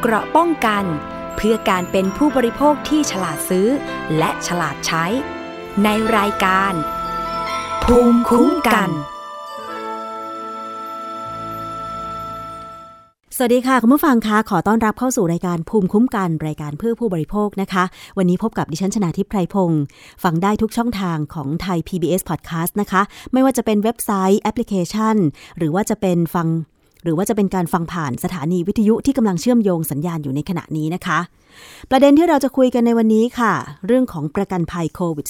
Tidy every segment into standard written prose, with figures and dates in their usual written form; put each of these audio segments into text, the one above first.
เกราะป้องกันเพื่อการเป็นผู้บริโภคที่ฉลาดซื้อและฉลาดใช้ในรายการภูมิคุ้มกันสวัสดีค่ะคุณผู้ฟังคะขอต้อนรับเข้าสู่รายการภูมิคุ้มกันรายการเพื่อผู้บริโภคนะคะวันนี้พบกับดิฉันชนาทิพย์ไพรพงศ์ฟังได้ทุกช่องทางของไทย PBS Podcast นะคะไม่ว่าจะเป็นเว็บไซต์แอปพลิเคชันหรือว่าจะเป็นการฟังผ่านสถานีวิทยุที่กำลังเชื่อมโยงสัญญาณอยู่ในขณะนี้นะคะประเด็นที่เราจะคุยกันในวันนี้ค่ะเรื่องของประกันภัยโควิด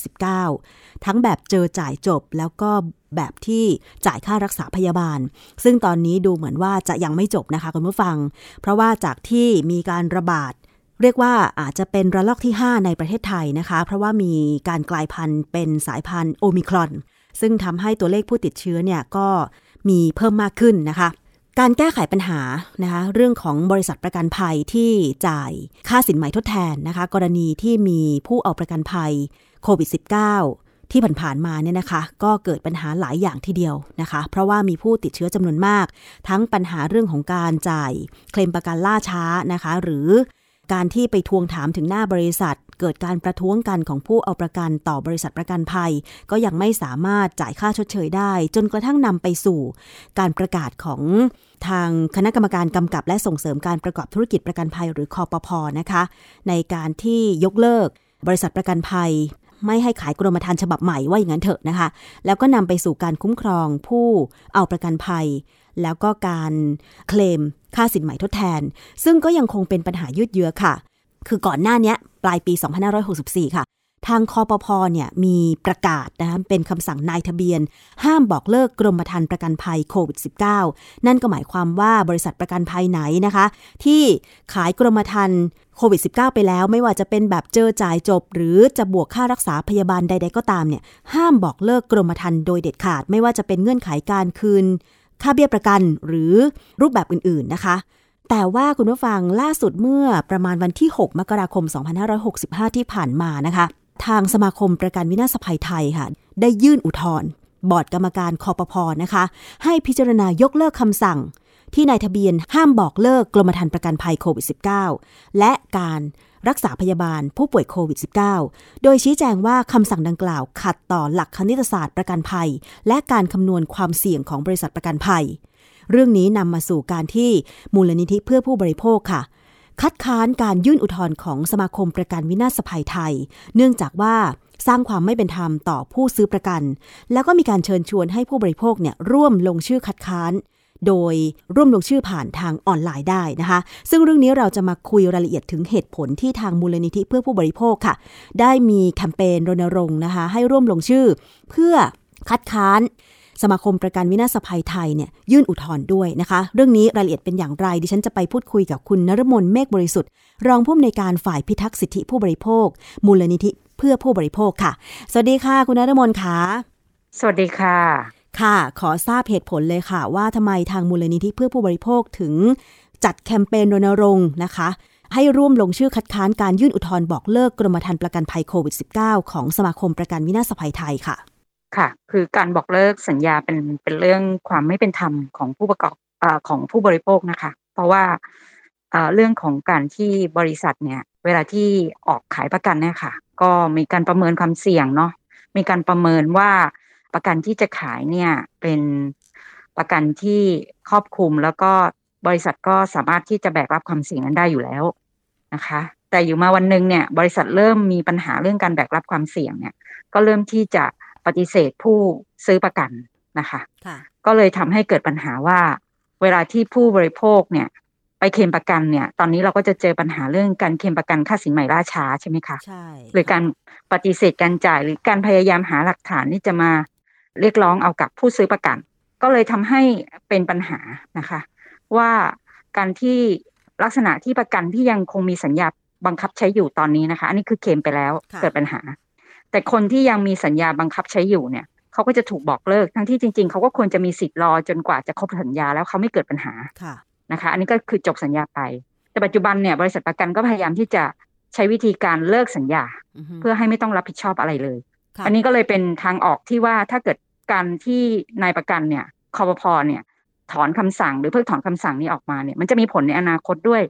-19 ทั้งแบบเจอจ่ายจบแล้วก็แบบที่จ่ายค่ารักษาพยาบาลซึ่งตอนนี้ดูเหมือนว่าจะยังไม่จบนะคะคุณผู้ฟังเพราะว่าจากที่มีการระบาดเรียกว่าอาจจะเป็นระลอกที่5ในประเทศไทยนะคะเพราะว่ามีการกลายพันธุ์เป็นสายพันธุ์โอมิครอนซึ่งทำให้ตัวเลขผู้ติดเชื้อเนี่ยก็มีเพิ่มมากขึ้นนะคะการแก้ไขปัญหานะคะเรื่องของบริษัทประกันภัยที่จ่ายค่าสินไหมทดแทนนะคะกรณีที่มีผู้เอาประกันภัยโควิด -19 ที่ผ่านๆมาเนี่ยนะคะก็เกิดปัญหาหลายอย่างทีเดียวนะคะเพราะว่ามีผู้ติดเชื้อจำนวนมากทั้งปัญหาเรื่องของการจ่ายเคลมประกันล่าช้านะคะหรือการที่ไปทวงถามถึงหน้าบริษัทเกิดการประท้วงกันของผู้เอาประกันต่อบริษัทประกันภัยก็ยังไม่สามารถจ่ายค่าชดเชยได้จนกระทั่งนำไปสู่การประกาศของทางคณะกรรมการกำกับและส่งเสริมการประกอบธุรกิจประกันภัยหรือคปภ.นะคะในการที่ยกเลิกบริษัทประกันภัยไม่ให้ขายกรมธรรม์ฉบับใหม่ว่าอย่างนั้นเถอะนะคะแล้วก็นำไปสู่การคุ้มครองผู้เอาประกันภัยแล้วก็การเคลมค่าสินไหมทดแทนซึ่งก็ยังคงเป็นปัญหายืดเยื้อค่ะคือก่อนหน้านี้ปลายปี2564ค่ะทางคปภ.เนี่ยมีประกาศนะคะเป็นคำสั่งนายทะเบียนห้ามบอกเลิกกรมธรรม์ประกันภัยโควิด -19 นั่นก็หมายความว่าบริษัทประกันภัยไหนนะคะที่ขายกรมธรรม์โควิด -19 ไปแล้วไม่ว่าจะเป็นแบบเจอจ่ายจบหรือจะบวกค่ารักษาพยาบาลใดๆก็ตามเนี่ยห้ามบอกเลิกกรมธรรม์โดยเด็ดขาดไม่ว่าจะเป็นเงื่อนไขการคืนค่าเบี้ยประกันหรือรูปแบบอื่นๆนะคะแต่ว่าคุณผู้ฟังล่าสุดเมื่อประมาณวันที่6มกราคม2565ที่ผ่านมานะคะทางสมาคมประกันวินาศภัยไทยค่ะได้ยื่นอุทธรณ์บอร์ดกรรมการคปภ.นะคะให้พิจารณายกเลิกคำสั่งที่นายทะเบียนห้ามบอกเลิกกรมธรรม์ประกันภัยโควิด -19 และการรักษาพยาบาลผู้ป่วยโควิด -19 โดยชี้แจงว่าคำสั่งดังกล่าวขัดต่อหลักคณิตศาสตร์ประกันภัยและการคำนวณความเสี่ยงของบริษัทประกันภัยเรื่องนี้นำมาสู่การที่มูลนิธิเพื่อผู้บริโภคค่ะคัดค้านการยื่นอุทธรณ์ของสมาคมประกันวินาศภัยไทยเนื่องจากว่าสร้างความไม่เป็นธรรมต่อผู้ซื้อประกันแล้วก็มีการเชิญชวนให้ผู้บริโภคเนี่ยร่วมลงชื่อคัดค้านโดยร่วมลงชื่อผ่านทางออนไลน์ได้นะคะซึ่งเรื่องนี้เราจะมาคุยรายละเอียดถึงเหตุผลที่ทางมูลนิธิเพื่อผู้บริโภคค่ะได้มีแคมเปญรณรงค์นะคะให้ร่วมลงชื่อเพื่อคัดค้านสมาคมประกันวินาศภัยไทยเนี่ยยื่นอุทธรณ์ด้วยนะคะเรื่องนี้รายละเอียดเป็นอย่างไรดิฉันจะไปพูดคุยกับคุณนฤมลเมฆบริสุทธิ์รองผู้อำนวยการฝ่ายพิทักษ์สิทธิผู้บริโภคมูลนิธิเพื่อผู้บริโภคค่ะสวัสดีค่ะคุณนฤมลค่ะสวัสดีค่ะค่ะขอทราบเหตุผลเลยค่ะว่าทำไมทางมูลนิธิเพื่อผู้บริโภคถึงจัดแคมเปญรณรงค์นะคะให้ร่วมลงชื่อคัดค้านการยื่นอุทธรณ์บอกเลิกกรมธรรม์ประกันภัยโควิด -19 ของสมาคมประกันวินาศภัยไทยค่ะค่ะคือการบอกเลิกสัญญาเป็นเรื่องความไม่เป็นธรรมของผู้ประกอบของผู้บริโภคนะคะเพราะว่าเรื่องของการที่บริษัทเนี่ยเวลาที่ออกขายประกันเนี่ยค่ะก็มีการประเมินความเสี่ยงเนาะมีการประเมินว่าประกันที่จะขายเนี่ยเป็นประกันที่ครอบคลุมแล้วก็บริษัทก็สามารถที่จะแบกรับความเสี่ยงนั้นได้อยู่แล้วนะคะแต่อยู่มาวันนึงเนี่ยบริษัทเริ่มมีปัญหาเรื่องการแบกรับความเสี่ยงเนี่ยก็เริ่มที่จะปฏิเสธผู้ซื้อประกันนะคะก็เลยทำให้เกิดปัญหาว่าเวลาที่ผู้บริโภคเนี่ยไปเคลมประกันเนี่ยตอนนี้เราก็จะเจอปัญหาเรื่องการเคลมประกันค่าสินไหมล่าช้าใช่ไหมคะใช่หรือการปฏิเสธการจ่ายหรือการพยายามหาหลักฐานที่จะมาเรียกร้องเอากับผู้ซื้อประกันก็เลยทำให้เป็นปัญหานะคะว่าการที่ลักษณะที่ประกันที่ยังคงมีสัญญาบังคับใช้อยู่ตอนนี้นะคะอันนี้คือเคลมไปแล้วเกิดปัญหาแต่คนที่ยังมีสัญญาบังคับใช้อยู่เนี่ยเขาก็จะถูกบอกเลิกทั้งที่จริงๆเขาก็ควรจะมีสิทธิ์รอจนกว่าจะครบสัญญาแล้วเขาไม่เกิดปัญหานะคะอันนี้ก็คือจบสัญญาไปแต่ปัจจุบันเนี่ยบริษัทประกันก็พยายามที่จะใช้วิธีการเลิกสัญญาเพื่อให้ไม่ต้องรับผิดชอบอะไรเลยอันนี้ก็เลยเป็นทางออกที่ว่าถ้าเกิดการที่นายประกันเนี่ยคปภ.เนี่ยถอนคำสั่งหรือเพิกถอนคำสั่งนี้ออกมาเนี่ยมันจะมีผลในอนาคตด้วย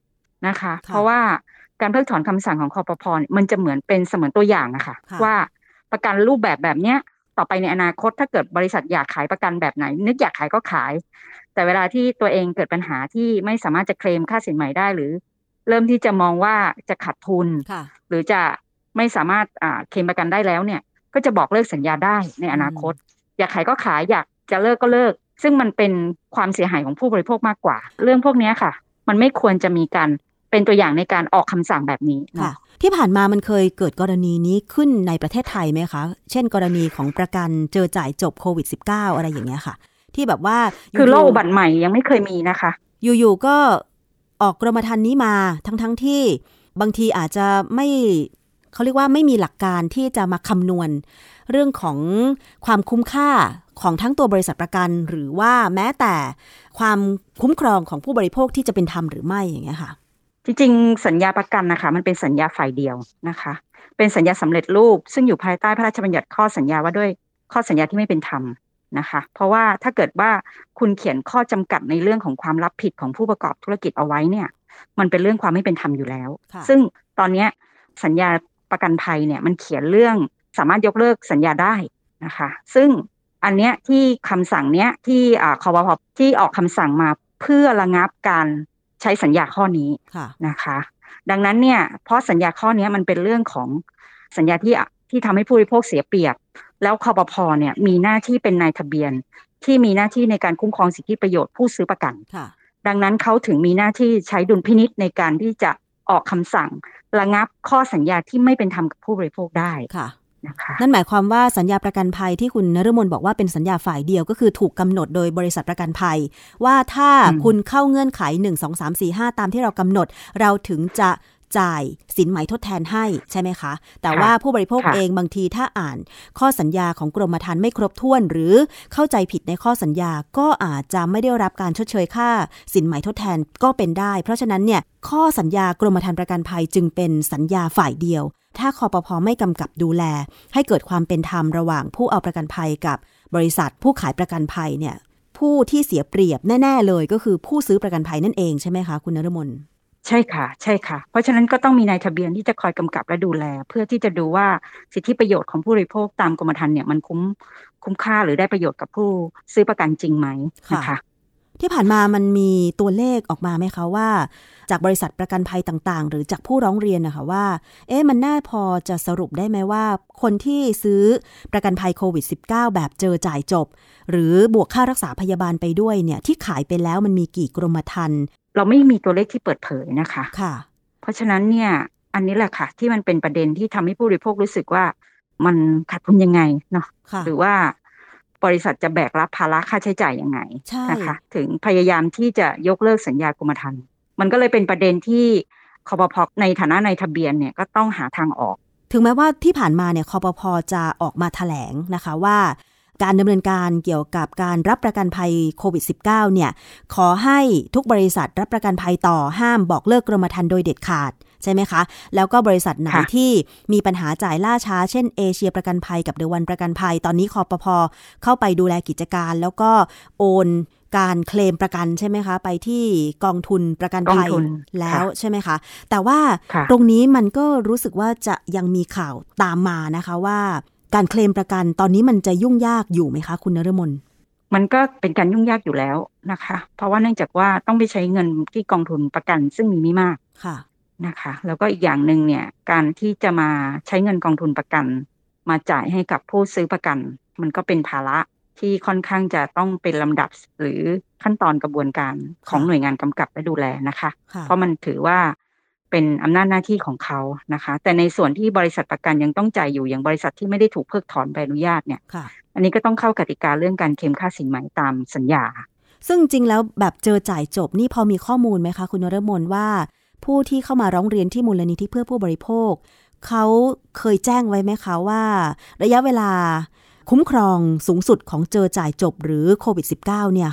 นะคะเพราะว่าการเพิกถอนคำสั่งของคปภ.มันจะเหมือนเป็นเสมือนตัวอย่างอะค่ะว่าประกันรูปแบบเนี้ยต่อไปในอนาคตถ้าเกิดบริษัทอยากขายประกันแบบไหนนึกอยากขายก็ขายแต่เวลาที่ตัวเองเกิดปัญหาที่ไม่สามารถจะเคลมค่าสินใหม่ได้หรือเริ่มที่จะมองว่าจะขาดทุนหรือจะไม่สามารถเคลมประกันได้แล้วเนี่ยก็จะบอกเลิกสัญญาได้ในอนาคตอยากขายก็ขายอยากจะเลิกก็เลิกซึ่งมันเป็นความเสียหายของผู้บริโภคมากกว่าเรื่องพวกนี้ค่ะมันไม่ควรจะมีการเป็นตัวอย่างในการออกคำสั่งแบบนี้ค่ะที่ผ่านมามันเคยเกิดกรณีนี้ขึ้นในประเทศไทยไหมคะเช่นกรณีของประกันเจอจ่ายจบโควิด -19 อะไรอย่างเงี้ยค่ะที่แบบว่าคือโรคอุบัติใหม่ยังไม่เคยมีนะคะอยู่ๆก็ออกกรมธรรม์นี้มาทั้งที่บางทีอาจจะไม่เขาเรียกว่าไม่มีหลักการที่จะมาคำนวณเรื่องของความคุ้มค่าของทั้งตัวบริษัทประกันหรือว่าแม้แต่ความคุ้มครองของผู้บริโภคที่จะเป็นธรรมหรือไม่อย่างเงี้ยค่ะจริงๆสัญญาประกันนะคะมันเป็นสัญญาฝ่ายเดียวนะคะเป็นสัญญาสำเร็จรูปซึ่งอยู่ภายใต้พระราชบัญญัติข้อสัญญาว่าด้วยข้อสัญญาที่ไม่เป็นธรรมนะคะเพราะว่าถ้าเกิดว่าคุณเขียนข้อจำกัดในเรื่องของความรับผิดของผู้ประกอบธุรกิจเอาไว้เนี่ยมันเป็นเรื่องความไม่เป็นธรรมอยู่แล้วซึ่งตอนนี้สัญญาประกันภัยเนี่ยมันเขียนเรื่องสามารถยกเลิกสัญญาได้นะคะซึ่งอันเนี้ยที่คำสั่งเนี้ยที่คปภ.ที่ออกคำสั่งมาเพื่อระงับการใช้สัญญาข้อนี้นะคะดังนั้นเนี่ยเพราะสัญญาข้อนี้มันเป็นเรื่องของสัญญาที่ทำให้ผู้บริโภคเสียเปรียบแล้วคปภ.เนี่ยมีหน้าที่เป็นนายทะเบียนที่มีหน้าที่ในการคุ้มครองสิทธิประโยชน์ผู้ซื้อประกันดังนั้นเขาถึงมีหน้าที่ใช้ดุลพินิจในการที่จะออกคำสั่งระงับข้อสัญญาที่ไม่เป็นธรรมกับผู้บริโภคได้นะคะนั่นหมายความว่าสัญญาประกันภัยที่คุณนฤมลบอกว่าเป็นสัญญาฝ่ายเดียวก็คือถูกกำหนดโดยบริษัทประกันภัยว่าถ้าคุณเข้าเงื่อนไข1 2 3 4 5ตามที่เรากำหนดเราถึงจะจ่ายสินไหมทดแทนให้ใช่ไหมคะแต่ว่าผู้บริโภคเองบางทีถ้าอ่านข้อสัญญาของกรมธรรม์ไม่ครบถ้วนหรือเข้าใจผิดในข้อสัญญาก็อาจจะไม่ได้รับการชดเชยค่าสินไหมทดแทนก็เป็นได้เพราะฉะนั้นเนี่ยข้อสัญญากรมธรรม์ประกันภัยจึงเป็นสัญญาฝ่ายเดียวถ้าคปภ.ไม่กำกับดูแลให้เกิดความเป็นธรรมระหว่างผู้เอาประกันภัยกับบริษัทผู้ขายประกันภัยเนี่ยผู้ที่เสียเปรียบแน่ๆเลยก็คือผู้ซื้อประกันภัยนั่นเองใช่ไหมคะคุณนฤมลใช่ค่ะใช่ค่ะเพราะฉะนั้นก็ต้องมีนายทะเบียนที่จะคอยกำกับและดูแลเพื่อที่จะดูว่าสิทธิประโยชน์ของผู้บริโภคตามกรมธรรม์เนี่ยมันคุ้มค่าหรือได้ประโยชน์กับผู้ซื้อประกันจริงไหมนะคะที่ผ่านมามันมีตัวเลขออกมาไหมคะว่าจากบริษัทประกันภัยต่างๆหรือจากผู้ร้องเรียนนะคะว่ามันน่าพอจะสรุปได้ไหมว่าคนที่ซื้อประกันภัยโควิด -19 แบบเจอจ่ายจบหรือบวกค่ารักษาพยาบาลไปด้วยเนี่ยที่ขายไปแล้วมันมีกี่กรมธรรม์เราไม่มีตัวเลขที่เปิดเผยนะคะค่ะเพราะฉะนั้นเนี่ยอันนี้แหละค่ะที่มันเป็นประเด็นที่ทำให้ผู้บริโภครู้สึกว่ามันขาดทุนยังไงเนาะหรือว่าบริษัทจะแบกรับภาระค่าใช้จ่ายยังไงนะคะถึงพยายามที่จะยกเลิกสัญญากรมธรรม์มันก็เลยเป็นประเด็นที่คปภ.ในฐานะนายทะเบียนเนี่ยก็ต้องหาทางออกถึงแม้ว่าที่ผ่านมาเนี่ยคปภ.จะออกมาแถลงนะคะว่าการดำเนินการเกี่ยวกับการรับประกันภัยโควิด -19 เนี่ยขอให้ทุกบริษัทรับประกันภัยต่อห้ามบอกเลิกกรมธรรม์โดยเด็ดขาดใช่ไหมคะแล้วก็บริษัทไหนที่มีปัญหาจ่ายล่าช้าเช่นเอเชียประกันภัยกับเดอะวันประกันภัยตอนนี้คปภ.เข้าไปดูแลกิจการแล้วก็โอนการเคลมประกันใช่ไหมคะไปที่กองทุนประกันภัยแล้วใช่ไหมคะแต่ว่าตรงนี้มันก็รู้สึกว่าจะยังมีข่าวตามมานะคะว่าการเคลมประกันตอนนี้มันจะยุ่งยากอยู่ไหมคะคุณนฤมลมันก็เป็นการยุ่งยากอยู่แล้วนะคะเพราะว่าเนื่องจากว่าต้องไปใช้เงินที่กองทุนประกันซึ่งมีไม่มากนะคะแล้วก็อีกอย่างนึงเนี่ยการที่จะมาใช้เงินกองทุนประกันมาจ่ายให้กับผู้ซื้อประกันมันก็เป็นภาระที่ค่อนข้างจะต้องเป็นลำดับหรือขั้นตอนกระบวนการของหน่วยงานกำกับและดูแลนะคะเพราะมันถือว่าเป็นอำนาจหน้าที่ของเขานะคะแต่ในส่วนที่บริษัทประกันยังต้องจ่ายอยู่อย่างบริษัทที่ไม่ได้ถูกเพิกถอนใบอนุญาตเนี่ยอันนี้ก็ต้องเข้ากติกาเรื่องการเคลมค่าสินไหมตามสัญญาซึ่งจริงแล้วแบบเจอจ่ายจบนี่พอมีข้อมูลไหมคะคุณนฤมลว่าผู้ที่เข้ามาร้องเรียนที่มูลนิธิเพื่อผู้บริโภคเขาเคยแจ้งไว้ไหมคะว่าระยะเวลาคุ้มครองสูงสุดของเจอจ่ายจบหรือโควิด -19 เนี่ยค่ะ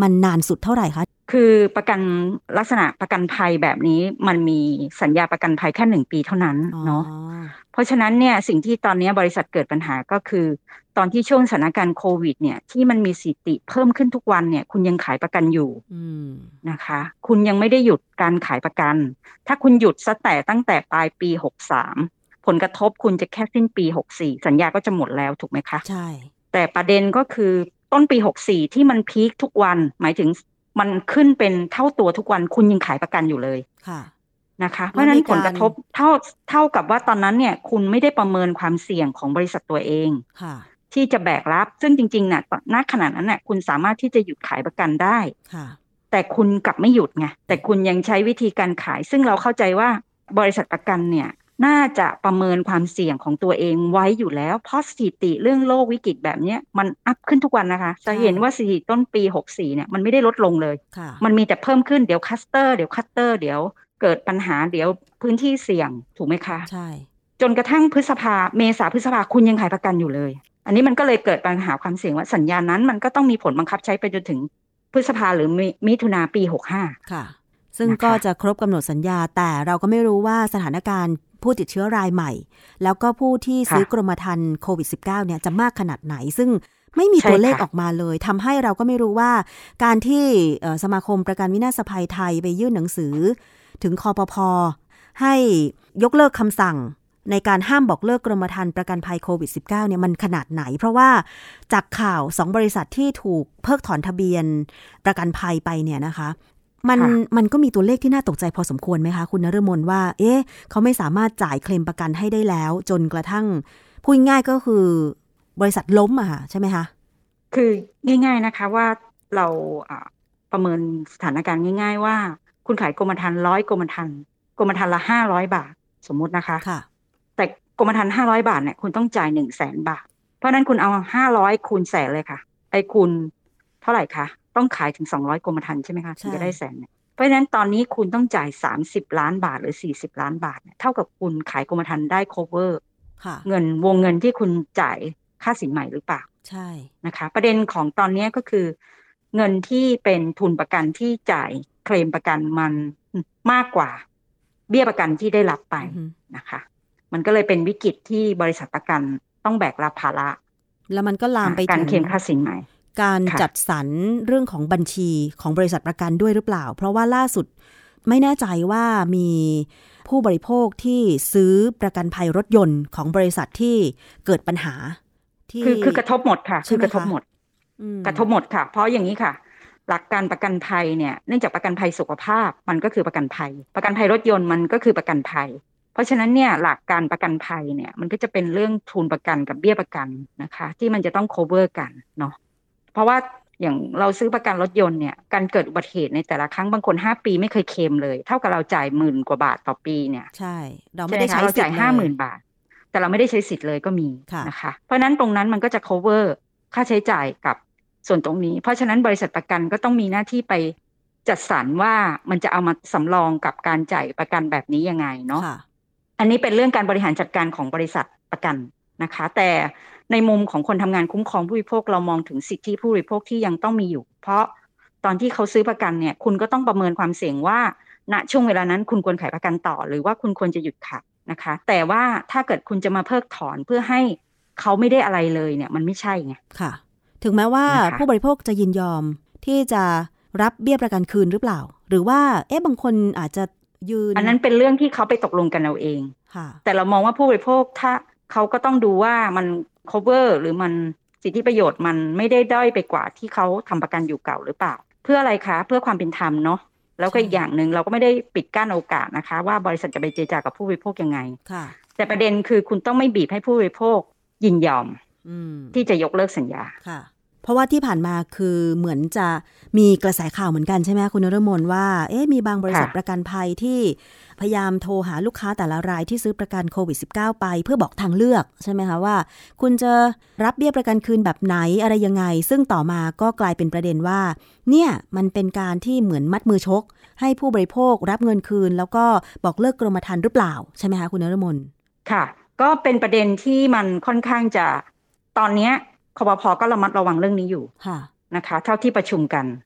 มันนานสุดเท่าไหร่คะคือประกันลักษณะประกันภัยแบบนี้มันมีสัญญาประกันภัยแค่1 ปีเท่านั้นเนาะเพราะฉะนั้นเนี่ยสิ่งที่ตอนนี้บริษัทเกิดปัญหาก็คือตอนที่ช่วงสถานการณ์โควิดเนี่ยที่มันมีสถิติเพิ่มขึ้นทุกวันเนี่ยคุณยังขายประกันอยู่นะคะคุณยังไม่ได้หยุดการขายประกันถ้าคุณหยุดซะแต่ตั้งแต่ปลายปี63ผลกระทบคุณจะแค่สิ้นปี64สัญญาก็จะหมดแล้วถูกไหมคะใช่แต่ประเด็นก็คือต้นปี64ที่มันพีคทุกวันหมายถึงมันขึ้นเป็นเท่าตัวทุกวันคุณยังขายประกันอยู่เลยนะคะเพราะฉะนั้นผลกระทบเท่ากับว่าตอนนั้นเนี่ยคุณไม่ได้ประเมินความเสี่ยงของบริษัทตัวเองที่จะแบกรับซึ่งจริงๆน่ะณขณะนั้นน่ะคุณสามารถที่จะหยุดขายประกันได้แต่คุณกลับไม่หยุดไงแต่คุณยังใช้วิธีการขายซึ่งเราเข้าใจว่าบริษัทประกันเนี่ยน่าจะประเมินความเสี่ยงของตัวเองไว้อยู่แล้วเพราะสถิติเรื่องโรควิกฤตแบบนี้มันอัพขึ้นทุกวันนะคะจะเห็นว่าสถิติต้นปี64เนี่ยมันไม่ได้ลดลงเลยมันมีแต่เพิ่มขึ้นเดี๋ยวคัสเตอร์เดี๋ยวเกิดปัญหาเดี๋ยวพื้นที่เสี่ยงถูกไหมคะใช่จนกระทั่งเมษาพฤษภาคุณยังขายประกันอยู่เลยอันนี้มันก็เลยเกิดปัญหาความเสี่ยงว่าสัญญานั้นมันก็ต้องมีผลบังคับใช้ไปจนถึงพฤษภาหรือมิถุนาปี65 ค่ะซึ่งก็จะครบกำหนดสัญญาแต่เราก็ไม่รู้ว่าสถานการณ์ผู้ติดเชื้อรายใหม่แล้วก็ผู้ที่ซื้อกรมธรรม์โควิด -19 เนี่ยจะมากขนาดไหนซึ่งไม่มีตัวเลขออกมาเลยทำให้เราก็ไม่รู้ว่าการที่สมาคมประกันวินาศภัยไทยไปยื่นหนังสือถึงคปภ.ให้ยกเลิกคำสั่งในการห้ามบอกเลิกกรมธรรม์ประกันภัยโควิด -19 เนี่ยมันขนาดไหนเพราะว่าจากข่าว2บริษัทที่ถูกเพิกถอนทะเบียนประกันภัยไปเนี่ยนะคะมันก็มีตัวเลขที่น่าตกใจพอสมควรไหมคะคุณนฤมลว่าเขาไม่สามารถจ่ายเคลมประกันให้ได้แล้วจนกระทั่งพูดง่ายก็คือบริษัทล้มอะค่ะใช่ไหมคะคือง่ายๆนะคะว่าเราประเมินสถานการณ์ง่ายๆว่าคุณขายกรมธรรม์100กรมธรรม์ละ500 บาทสมมุตินะคะแต่กรมธรรม์500 บาทเนี่ยคุณต้องจ่าย100,000 บาทเพราะนั้นคุณเอา500คูณแสนเลยค่ะคูณเท่าไหร่คะต้องขายถึง200กรมธรรม์ใช่ไหมคะถึงจะได้100,000เนี่ยเพราะฉะนั้นตอนนี้คุณต้องจ่าย30 ล้านบาทหรือ40 ล้านบาทเท่ากับคุณขายกรมธรรม์ได้ cover วงเงินที่คุณจ่ายค่าสินใหม่หรือเปล่าใช่นะคะประเด็นของตอนนี้ก็คือเงินที่เป็นทุนประกันที่จ่ายเคลมประกันมันมากกว่าเบี้ยประกันที่ได้รับไปนะคะมันก็เลยเป็นวิกฤตที่บริษัทประกันต้องแบกรับภาระแล้วมันก็ลามไปถึงการเคลมค่าสินใหม่การจัดสรรเรื่องของบัญชีของบริษัทประกันด้วยหรือเปล่าเพราะว่าล่าสุดไม่แน่ใจว่ามีผู้บริโภคที่ซื้อประกันภัยรถยนต์ของบริษัทที่เกิดปัญหาคือกระทบหมดค่ะคือกระทบหมดค่ะเพราะอย่างนี้ค่ะหลักการประกันภัยเนี่ยเนื่องจากประกันภัยสุขภาพมันก็คือประกันภัยรถยนต์มันก็คือประกันภัยเพราะฉะนั้นเนี่ยหลักการประกันภัยเนี่ยมันก็จะเป็นเรื่องทุนประกันกับเบี้ยประกันนะคะที่มันจะต้อง cover กันเนาะเพราะว่าอย่างเราซื้อประกันรถยนต์เนี่ยการเกิดอุบัติเหตุในแต่ละครั้งบางคน5 ปีไม่เคยเคลมเลยเท่ากับเราจ่าย10,000 กว่าบาทต่อปีเนี่ยใช่เราไม่ได้ใช้สิทธิ์เราจ่าย50,000 บาทแต่เราไม่ได้ใช้สิทธิ์เลยก็มีนะคะเพราะนั้นตรงนั้นมันก็จะ cover ค่าใช้จ่ายกับส่วนตรงนี้เพราะฉะนั้นบริษัทประกันก็ต้องมีหน้าที่ไปจัดสรรว่ามันจะเอามาสำรองกับการจ่ายประกันแบบนี้ยังไงเนาะอันนี้เป็นเรื่องการบริหารจัดการของบริษัทประกันนะคะแต่ในมุมของคนทำงานคุ้มครองผู้บริโภคเรามองถึงสิทธิผู้บริโภคที่ยังต้องมีอยู่เพราะตอนที่เขาซื้อประกันเนี่ยคุณก็ต้องประเมินความเสี่ยงว่าณช่วงเวลานั้นคุณควรขายประกันต่อหรือว่าคุณควรจะหยุดขายนะคะแต่ว่าถ้าเกิดคุณจะมาเพิกถอนเพื่อให้เขาไม่ได้อะไรเลยเนี่ยมันไม่ใช่ไงค่ะถึงแม้ว่าผู้บริโภคจะยินยอมที่จะรับเบี้ยประกันคืนหรือเปล่าหรือว่าบางคนอาจจะยืนอันนั้นเป็นเรื่องที่เขาไปตกลงกันเอาเองแต่เรามองว่าผู้บริโภคถ้าเขาก็ต้องดูว่ามัน cover หรือมันสิทธิประโยชน์มันไม่ได้ด้อยไปกว่าที่เขาทำประกันอยู่เก่าหรือเปล่าเพื่ออะไรคะเพื่อความเป็นธรรมเนาะแล้วก็อีกอย่างนึงเราก็ไม่ได้ปิดกั้นโอกาสนะคะว่าบริษัทจะไปเจรจากับผู้บริโภคยังไงแต่ประเด็นคือคุณต้องไม่บีบให้ผู้บริโภคยินยอมที่จะยกเลิกสัญญาเพราะว่าที่ผ่านมาคือเหมือนจะมีกระแสข่าวเหมือนกันใช่ไหมคุณนฤมลว่ามีบางบริษัทประกันภัยที่พยายามโทรหาลูกค้าแต่ละรายที่ซื้อประกันโควิด -19 ไปเพื่อบอกทางเลือกใช่ไหมคะว่าคุณจะรับเบี้ยประกันคืนแบบไหนอะไรยังไงซึ่งต่อมาก็กลายเป็นประเด็นว่าเนี่ยมันเป็นการที่เหมือนมัดมือชกให้ผู้บริโภครับเงินคืนแล้วก็บอกเลิกกรมธรรม์หรือเปล่าใช่ไหมคะคุณนฤมลค่ะก็เป็นประเด็นที่มันค่อนข้างจะตอนนี้คปภ.ก็ระมัดระวังเรื่องนี้อยู่นะคะเท่าที่ประชุมกัน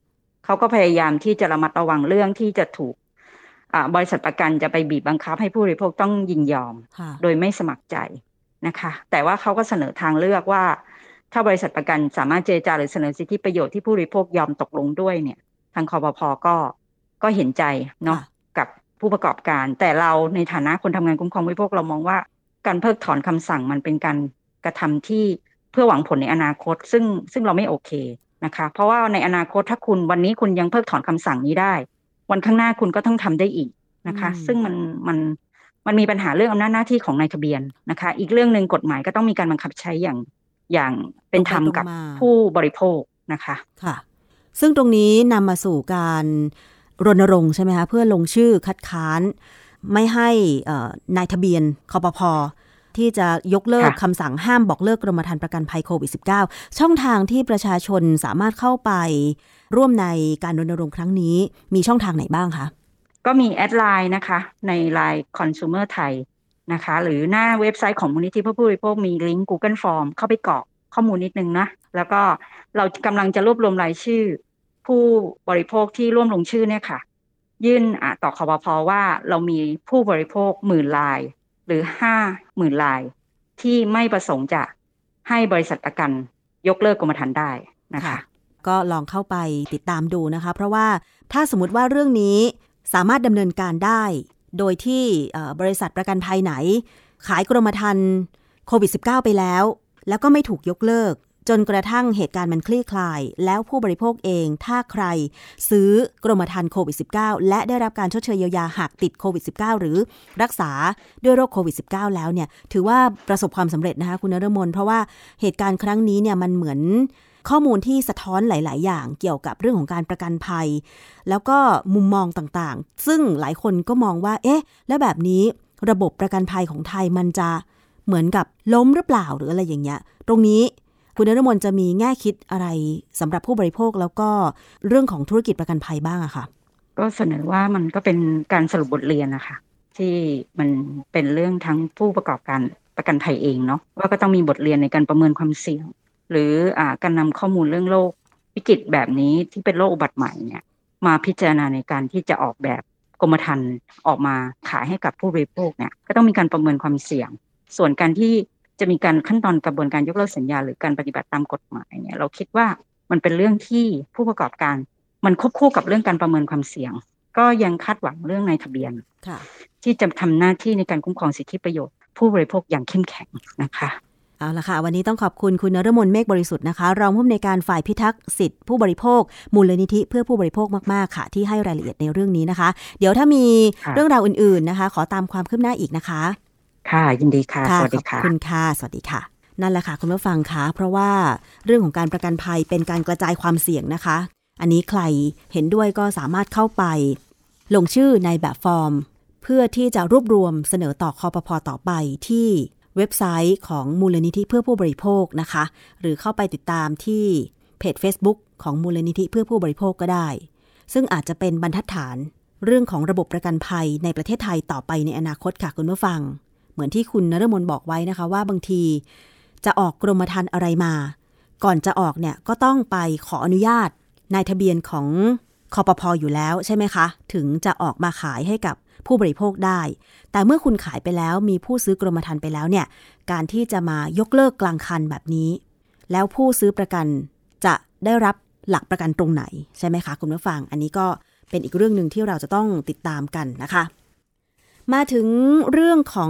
เขาก็พยายามที่จะระมัดระวังเรื่องที่จะถูกบริษัทประกันจะไปบีบบังคับให้ผู้บริโภคต้องยินยอมโดยไม่สมัครใจนะคะแต่ว่าเขาก็เสนอทางเลือกว่าถ้าบริษัทประกันสามารถเจรจาหรือเสนอสิทธิประโยชน์ที่ผู้บริโภคยอมตกลงด้วยเนี่ยทางคปภ.ก็เห็นใจเนาะกับผู้ประกอบการแต่เราในฐานะคนทำงานคุ้มครองผู้บริโภคเรามองว่าการเพิกถอนคำสั่งมันเป็นการกระทำที่เพื่อหวังผลในอนาคตซึ่งเราไม่โอเคนะคะเพราะว่าในอนาคตถ้าคุณวันนี้คุณยังเพิกถอนคำสั่งนี้ได้วันข้างหน้าคุณก็ต้องทำได้อีกนะคะซึ่งมันมีปัญหาเรื่องอำนาจหน้าที่ของนายทะเบียนนะคะอีกเรื่องนึงกฎหมายก็ต้องมีการบังคับใช้อย่างเป็นธรรมกับผู้บริโภคนะคะค่ะซึ่งตรงนี้นำมาสู่การรณรงค์ใช่ไหมคะเพื่อลงชื่อคัดค้านไม่ให้นายทะเบียนคปภ.ที่จะยกเลิกคำสั่งห้ามบอกเลิกกรมธรรม์ประกันภัยโควิด -19 ช่องทางที่ประชาชนสามารถเข้าไปร่วมในการรณรงค์ครั้งนี้มีช่องทางไหนบ้างคะก็มีแอดไลน์นะคะใน LINE Consumer ไทยนะคะหรือหน้าเว็บไซต์ของมูลนิธิเพื่อผู้บริโภคมีลิงก์ Google Form เข้าไปกรอกข้อมูลนิดนึงนะแล้วก็เรากำลังจะรวบรวมรายชื่อผู้บริโภคที่ร่วมลงชื่อเนี่ยค่ะยื่นต่อคปภ.ว่าเรามีผู้บริโภค10,000 รายหรือ50,000 รายที่ไม่ประสงค์จะให้บริษัทประกันยกเลิกกรมธรรม์ได้นะคะก็ลองเข้าไปติดตามดูนะคะเพราะว่าถ้าสมมติว่าเรื่องนี้สามารถดำเนินการได้โดยที่บริษัทประกันภัยไหนขายกรมธรรม์โควิด -19 ไปแล้วก็ไม่ถูกยกเลิกจนกระทั่งเหตุการณ์มันคลี่คลายแล้วผู้บริโภคเองถ้าใครซื้อกรมธรรม์โควิด -19 และได้รับการชดเชยเยียวยาหากติดโควิด -19 หรือรักษาด้วยโรคโควิด -19 แล้วเนี่ยถือว่าประสบความสำเร็จนะคะคุณนฤมลเพราะว่าเหตุการณ์ครั้งนี้เนี่ยมันเหมือนข้อมูลที่สะท้อนหลายๆอย่างเกี่ยวกับเรื่องของการประกันภัยแล้วก็มุมมองต่างๆซึ่งหลายคนก็มองว่าเอ๊ะแล้วแบบนี้ระบบประกันภัยของไทยมันจะเหมือนกับล้มหรือเปล่าหรืออะไรอย่างเงี้ยตรงนี้คุณนฤมลจะมีแง่คิดอะไรสำหรับผู้บริโภคแล้วก็เรื่องของธุรกิจประกันภัยบ้างอะค่ะก็เสนอว่ามันก็เป็นการสรุปบทเรียนนะคะที่มันเป็นเรื่องทั้งผู้ประกอบการประกันภัยเองเนาะว่าก็ต้องมีบทเรียนในการประเมินความเสี่ยงหรือการนำข้อมูลเรื่องโรควิกฤตแบบนี้ที่เป็นโรคอุบัติใหม่เนี่ยมาพิจารณาในการที่จะออกแบบกรมธรรม์ออกมาขายให้กับผู้บริโภคเนี่ยก็ต้องมีการประเมินความเสี่ยงส่วนการที่จะมีการขั้นตอนกระบวนการยกเลิกสัญญาหรือการปฏิบัติตามกฎหมายเนี่ยเราคิดว่ามันเป็นเรื่องที่ผู้ประกอบการมันควบคู่กับเรื่องการประเมินความเสี่ยงก็ยังคาดหวังเรื่องนายทะเบียนที่จะทำหน้าที่ในการคุ้มครองสิทธิประโยชน์ผู้บริโภคอย่างเข้มแข็งนะคะเอาละค่ะวันนี้ต้องขอบคุณคุณนฤมลเมฆบริสุทธิ์นะคะรองผู้อำนวยการฝ่ายพิทักษ์สิทธิผู้บริโภคมูลนิธิเพื่อผู้บริโภคมากๆค่ะที่ให้รายละเอียดในเรื่องนี้นะคะเดี๋ยวถ้ามีเรื่องราวอื่นๆนะคะขอตามความคืบหน้าอีกนะคะค่ะยินดีค่ะสวัสดีค่ะขอบคุณค่ะสวัสดีค่ะนั่นแหละค่ะคุณผู้ฟังคะเพราะว่าเรื่องของการประกันภัยเป็นการกระจายความเสี่ยงนะคะอันนี้ใครเห็นด้วยก็สามารถเข้าไปลงชื่อในแบบฟอร์มเพื่อที่จะรวบรวมเสนอต่อคปภ.ต่อไปที่เว็บไซต์ของมูลนิธิเพื่อผู้บริโภคนะคะหรือเข้าไปติดตามที่เพจ Facebook ของมูลนิธิเพื่อผู้บริโภคก็ได้ซึ่งอาจจะเป็นบรรทัดฐานเรื่องของระบบประกันภัยในประเทศไทยต่อไปในอนาคตค่ะคุณผู้ฟังเหมือนที่คุณนฤมลบอกไว้นะคะว่าบางทีจะออกกรมธรรม์อะไรมาก่อนจะออกเนี่ยก็ต้องไปขออนุญาตนายทะเบียนของคปภ.อยู่แล้วใช่ไหมคะถึงจะออกมาขายให้กับผู้บริโภคได้แต่เมื่อคุณขายไปแล้วมีผู้ซื้อกรมธรรม์ไปแล้วเนี่ยการที่จะมายกเลิกกลางคันแบบนี้แล้วผู้ซื้อประกันจะได้รับหลักประกันตรงไหนใช่ไหมคะคุณผู้ฟังอันนี้ก็เป็นอีกเรื่องนึงที่เราจะต้องติดตามกันนะคะมาถึงเรื่องของ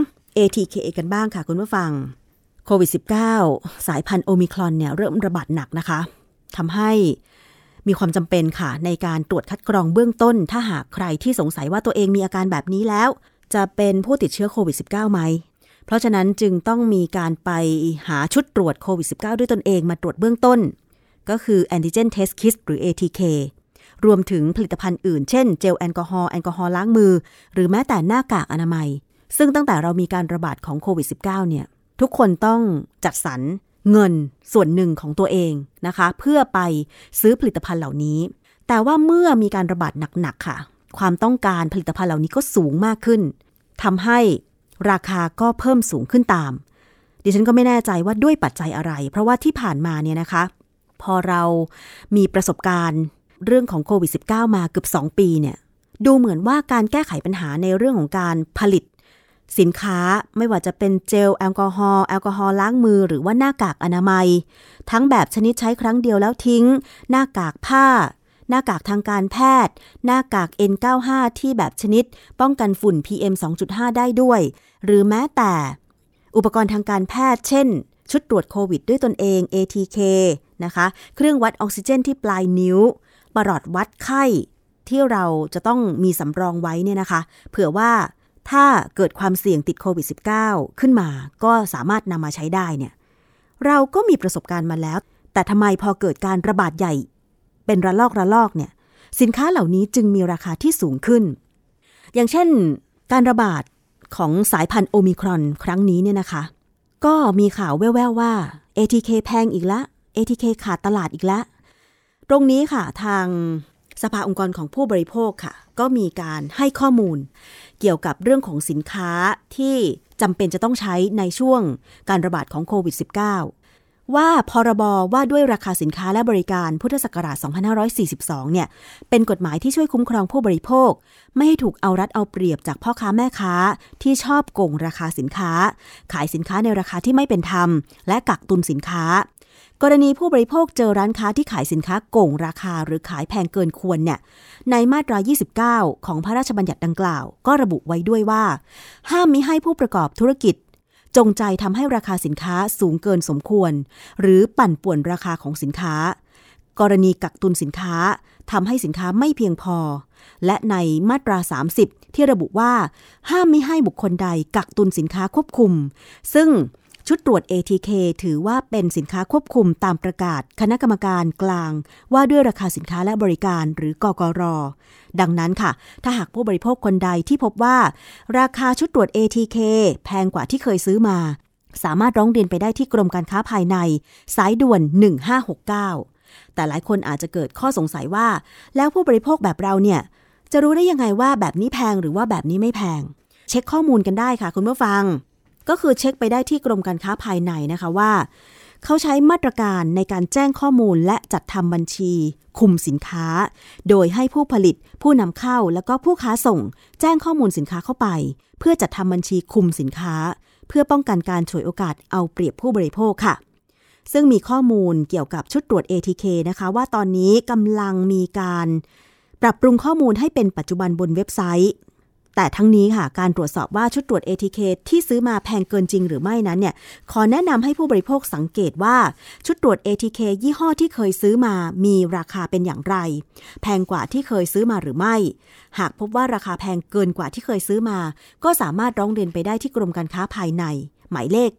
ATKA กันบ้างค่ะคุณผู้ฟังโควิด -19 สายพันธุ์โอมิครอนเนี่ยเริ่มระบาดหนักนะคะทำให้มีความจำเป็นค่ะในการตรวจคัดกรองเบื้องต้นถ้าหากใครที่สงสัยว่าตัวเองมีอาการแบบนี้แล้วจะเป็นผู้ติดเชื้อโควิด -19 ไหมเพราะฉะนั้นจึงต้องมีการไปหาชุดตรวจโควิด -19 ด้วยตนเองมาตรวจเบื้องต้นก็คือ Antigen Test Kit หรือ ATK รวมถึงผลิตภัณฑ์อื่นเช่นเจลแอลกอฮอล์ล้างมือหรือแม้แต่หน้ากากอนามัยซึ่งตั้งแต่เรามีการระบาดของโควิด -19 เนี่ยทุกคนต้องจัดสรรเงินส่วนหนึ่งของตัวเองนะคะเพื่อไปซื้อผลิตภัณฑ์เหล่านี้แต่ว่าเมื่อมีการระบาดหนักๆค่ะความต้องการผลิตภัณฑ์เหล่านี้ก็สูงมากขึ้นทำให้ราคาก็เพิ่มสูงขึ้นตามดิฉันก็ไม่แน่ใจว่าด้วยปัจจัยอะไรเพราะว่าที่ผ่านมาเนี่ยนะคะพอเรามีประสบการณ์เรื่องของโควิด -19 มาเกือบ2 ปีเนี่ยดูเหมือนว่าการแก้ไขปัญหาในเรื่องของการผลิตสินค้าไม่ว่าจะเป็นเจลแอลกอฮอล์ล้างมือหรือว่าหน้ากากอนามัยทั้งแบบชนิดใช้ครั้งเดียวแล้วทิ้งหน้ากากผ้าหน้ากากทางการแพทย์หน้ากาก N95 ที่แบบชนิดป้องกันฝุ่น PM 2.5 ได้ด้วยหรือแม้แต่อุปกรณ์ทางการแพทย์เช่นชุดตรวจโควิดด้วยตนเอง ATK นะคะเครื่องวัดออกซิเจนที่ปลายนิ้วปลอดวัดไข้ที่เราจะต้องมีสำรองไว้เนี่ยนะคะเผื่อว่าถ้าเกิดความเสี่ยงติดโควิด -19 ขึ้นมาก็สามารถนำมาใช้ได้เนี่ยเราก็มีประสบการณ์มาแล้วแต่ทำไมพอเกิดการระบาดใหญ่เป็นระลอกเนี่ยสินค้าเหล่านี้จึงมีราคาที่สูงขึ้นอย่างเช่นการระบาดของสายพันธุ์โอมิครอนครั้งนี้เนี่ยนะคะก็มีข่าวแว่วๆว่า ATK แพงอีกแล้ว ATK ขาดตลาดอีกแล้วตรงนี้ค่ะทางสภาองค์กรของผู้บริโภคค่ะก็มีการให้ข้อมูลเกี่ยวกับเรื่องของสินค้าที่จำเป็นจะต้องใช้ในช่วงการระบาดของโควิด -19 ว่าพรบว่าด้วยราคาสินค้าและบริการพุทธศักราช 2542 เนี่ยเป็นกฎหมายที่ช่วยคุ้มครองผู้บริโภคไม่ให้ถูกเอารัดเอาเปรียบจากพ่อค้าแม่ค้าที่ชอบโกงราคาสินค้าขายสินค้าในราคาที่ไม่เป็นธรรมและกักตุนสินค้ากรณีผู้บริโภคเจอร้านค้าที่ขายสินค้าโกงราคาหรือขายแพงเกินควรเนี่ยในมาตรา 29 ของพระราชบัญญัติดังกล่าวก็ระบุไว้ด้วยว่าห้ามมิให้ผู้ประกอบธุรกิจจงใจทำให้ราคาสินค้าสูงเกินสมควรหรือปั่นป่วนราคาของสินค้ากรณีกักตุนสินค้าทำให้สินค้าไม่เพียงพอและในมาตรา 30 ที่ระบุว่าห้ามมิให้บุคคลใดกักตุนสินค้าควบคุมซึ่งชุดตรวจ ATK ถือว่าเป็นสินค้าควบคุมตามประกาศคณะกรรมการกลางว่าด้วยราคาสินค้าและบริการหรือกกร.ดังนั้นค่ะถ้าหากผู้บริโภคคนใดที่พบว่าราคาชุดตรวจ ATK แพงกว่าที่เคยซื้อมาสามารถร้องเรียนไปได้ที่กรมการค้าภายในสายด่วน1569แต่หลายคนอาจจะเกิดข้อสงสัยว่าแล้วผู้บริโภคแบบเราเนี่ยจะรู้ได้ยังไงว่าแบบนี้แพงหรือว่าแบบนี้ไม่แพงเช็คข้อมูลกันได้ค่ะคุณผู้ฟังก็คือเช็คไปได้ที่กรมการค้าภายในนะคะว่าเขาใช้มาตรการในการแจ้งข้อมูลและจัดทำบัญชีคุมสินค้าโดยให้ผู้ผลิตผู้นำเข้าแล้วก็ผู้ค้าส่งแจ้งข้อมูลสินค้าเข้าไปเพื่อจัดทำบัญชีคุมสินค้าเพื่อป้องกันการฉวยโอกาสเอาเปรียบผู้บริโภคค่ะซึ่งมีข้อมูลเกี่ยวกับชุดตรวจ ATK นะคะว่าตอนนี้กำลังมีการปรับปรุงข้อมูลให้เป็นปัจจุบันบนเว็บไซต์แต่ทั้งนี้ค่ะการตรวจสอบว่าชุดตรวจ ATK ที่ซื้อมาแพงเกินจริงหรือไม่นั้นเนี่ยขอแนะนำให้ผู้บริโภคสังเกตว่าชุดตรวจ ATK ยี่ห้อที่เคยซื้อมามีราคาเป็นอย่างไรแพงกว่าที่เคยซื้อมาหรือไม่หากพบว่าราคาแพงเกินกว่าที่เคยซื้อมาก็สามารถร้องเรียนไปได้ที่กรมการค้าภายในหมายเลข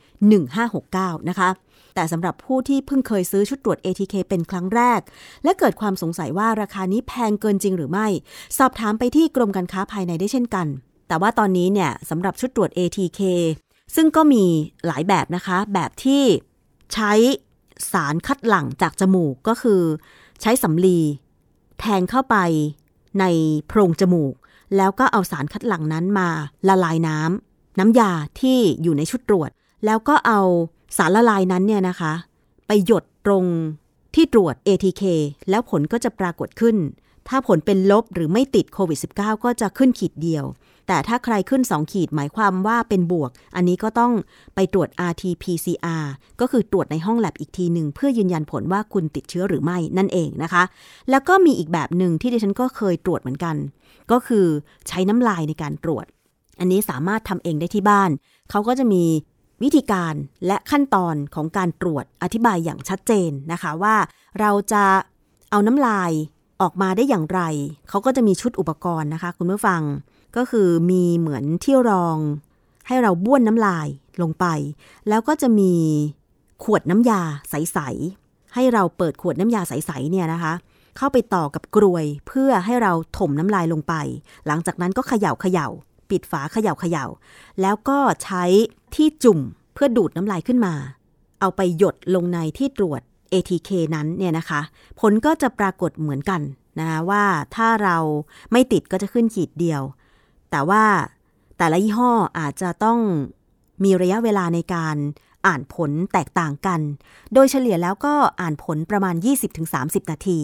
1569นะคะแต่สำหรับผู้ที่เพิ่งเคยซื้อชุดตรวจ ATK เป็นครั้งแรกและเกิดความสงสัยว่าราคานี้แพงเกินจริงหรือไม่สอบถามไปที่กรมการค้าภายในได้เช่นกันแต่ว่าตอนนี้เนี่ยสำหรับชุดตรวจ ATK ซึ่งก็มีหลายแบบนะคะแบบที่ใช้สารคัดหลั่งจากจมูกก็คือใช้สำลีแทงเข้าไปในโพรงจมูกแล้วก็เอาสารคัดหลั่งนั้นมาละลายน้ำยาที่อยู่ในชุดตรวจแล้วก็เอาสารละลายนั้นเนี่ยนะคะไปหยดตรงที่ตรวจ ATK แล้วผลก็จะปรากฏขึ้นถ้าผลเป็นลบหรือไม่ติดโควิด -19 ก็จะขึ้นขีดเดียวแต่ถ้าใครขึ้น2ขีดหมายความว่าเป็นบวกอันนี้ก็ต้องไปตรวจ RT-PCR ก็คือตรวจในห้องแลบอีกทีหนึ่งเพื่อยืนยันผลว่าคุณติดเชื้อหรือไม่นั่นเองนะคะแล้วก็มีอีกแบบหนึ่งที่ดิฉันก็เคยตรวจเหมือนกันก็คือใช้น้ำลายในการตรวจอันนี้สามารถทำเองได้ที่บ้านเขาก็จะมีวิธีการและขั้นตอนของการตรวจอธิบายอย่างชัดเจนนะคะว่าเราจะเอาน้ำลายออกมาได้อย่างไรเขาก็จะมีชุดอุปกรณ์นะคะคุณผู้ฟังก็คือมีเหมือนที่รองให้เราบ้วนน้ำลายลงไปแล้วก็จะมีขวดน้ำยาใสๆให้เราเปิดขวดน้ำยาใสๆเนี่ยนะคะเข้าไปต่อกับกรวยเพื่อให้เราถมน้ำลายลงไปหลังจากนั้นก็เขย่าปิดฝาเขย่าแล้วก็ใช้ที่จุ่มเพื่อดูดน้ำลายขึ้นมาเอาไปหยดลงในที่ตรวจ ATK นั้นเนี่ยนะคะผลก็จะปรากฏเหมือนกันนะว่าถ้าเราไม่ติดก็จะขึ้นขีดเดียวแต่ว่าแต่ละยี่ห้ออาจจะต้องมีระยะเวลาในการอ่านผลแตกต่างกันโดยเฉลี่ยแล้วก็อ่านผลประมาณ 20-30 นาที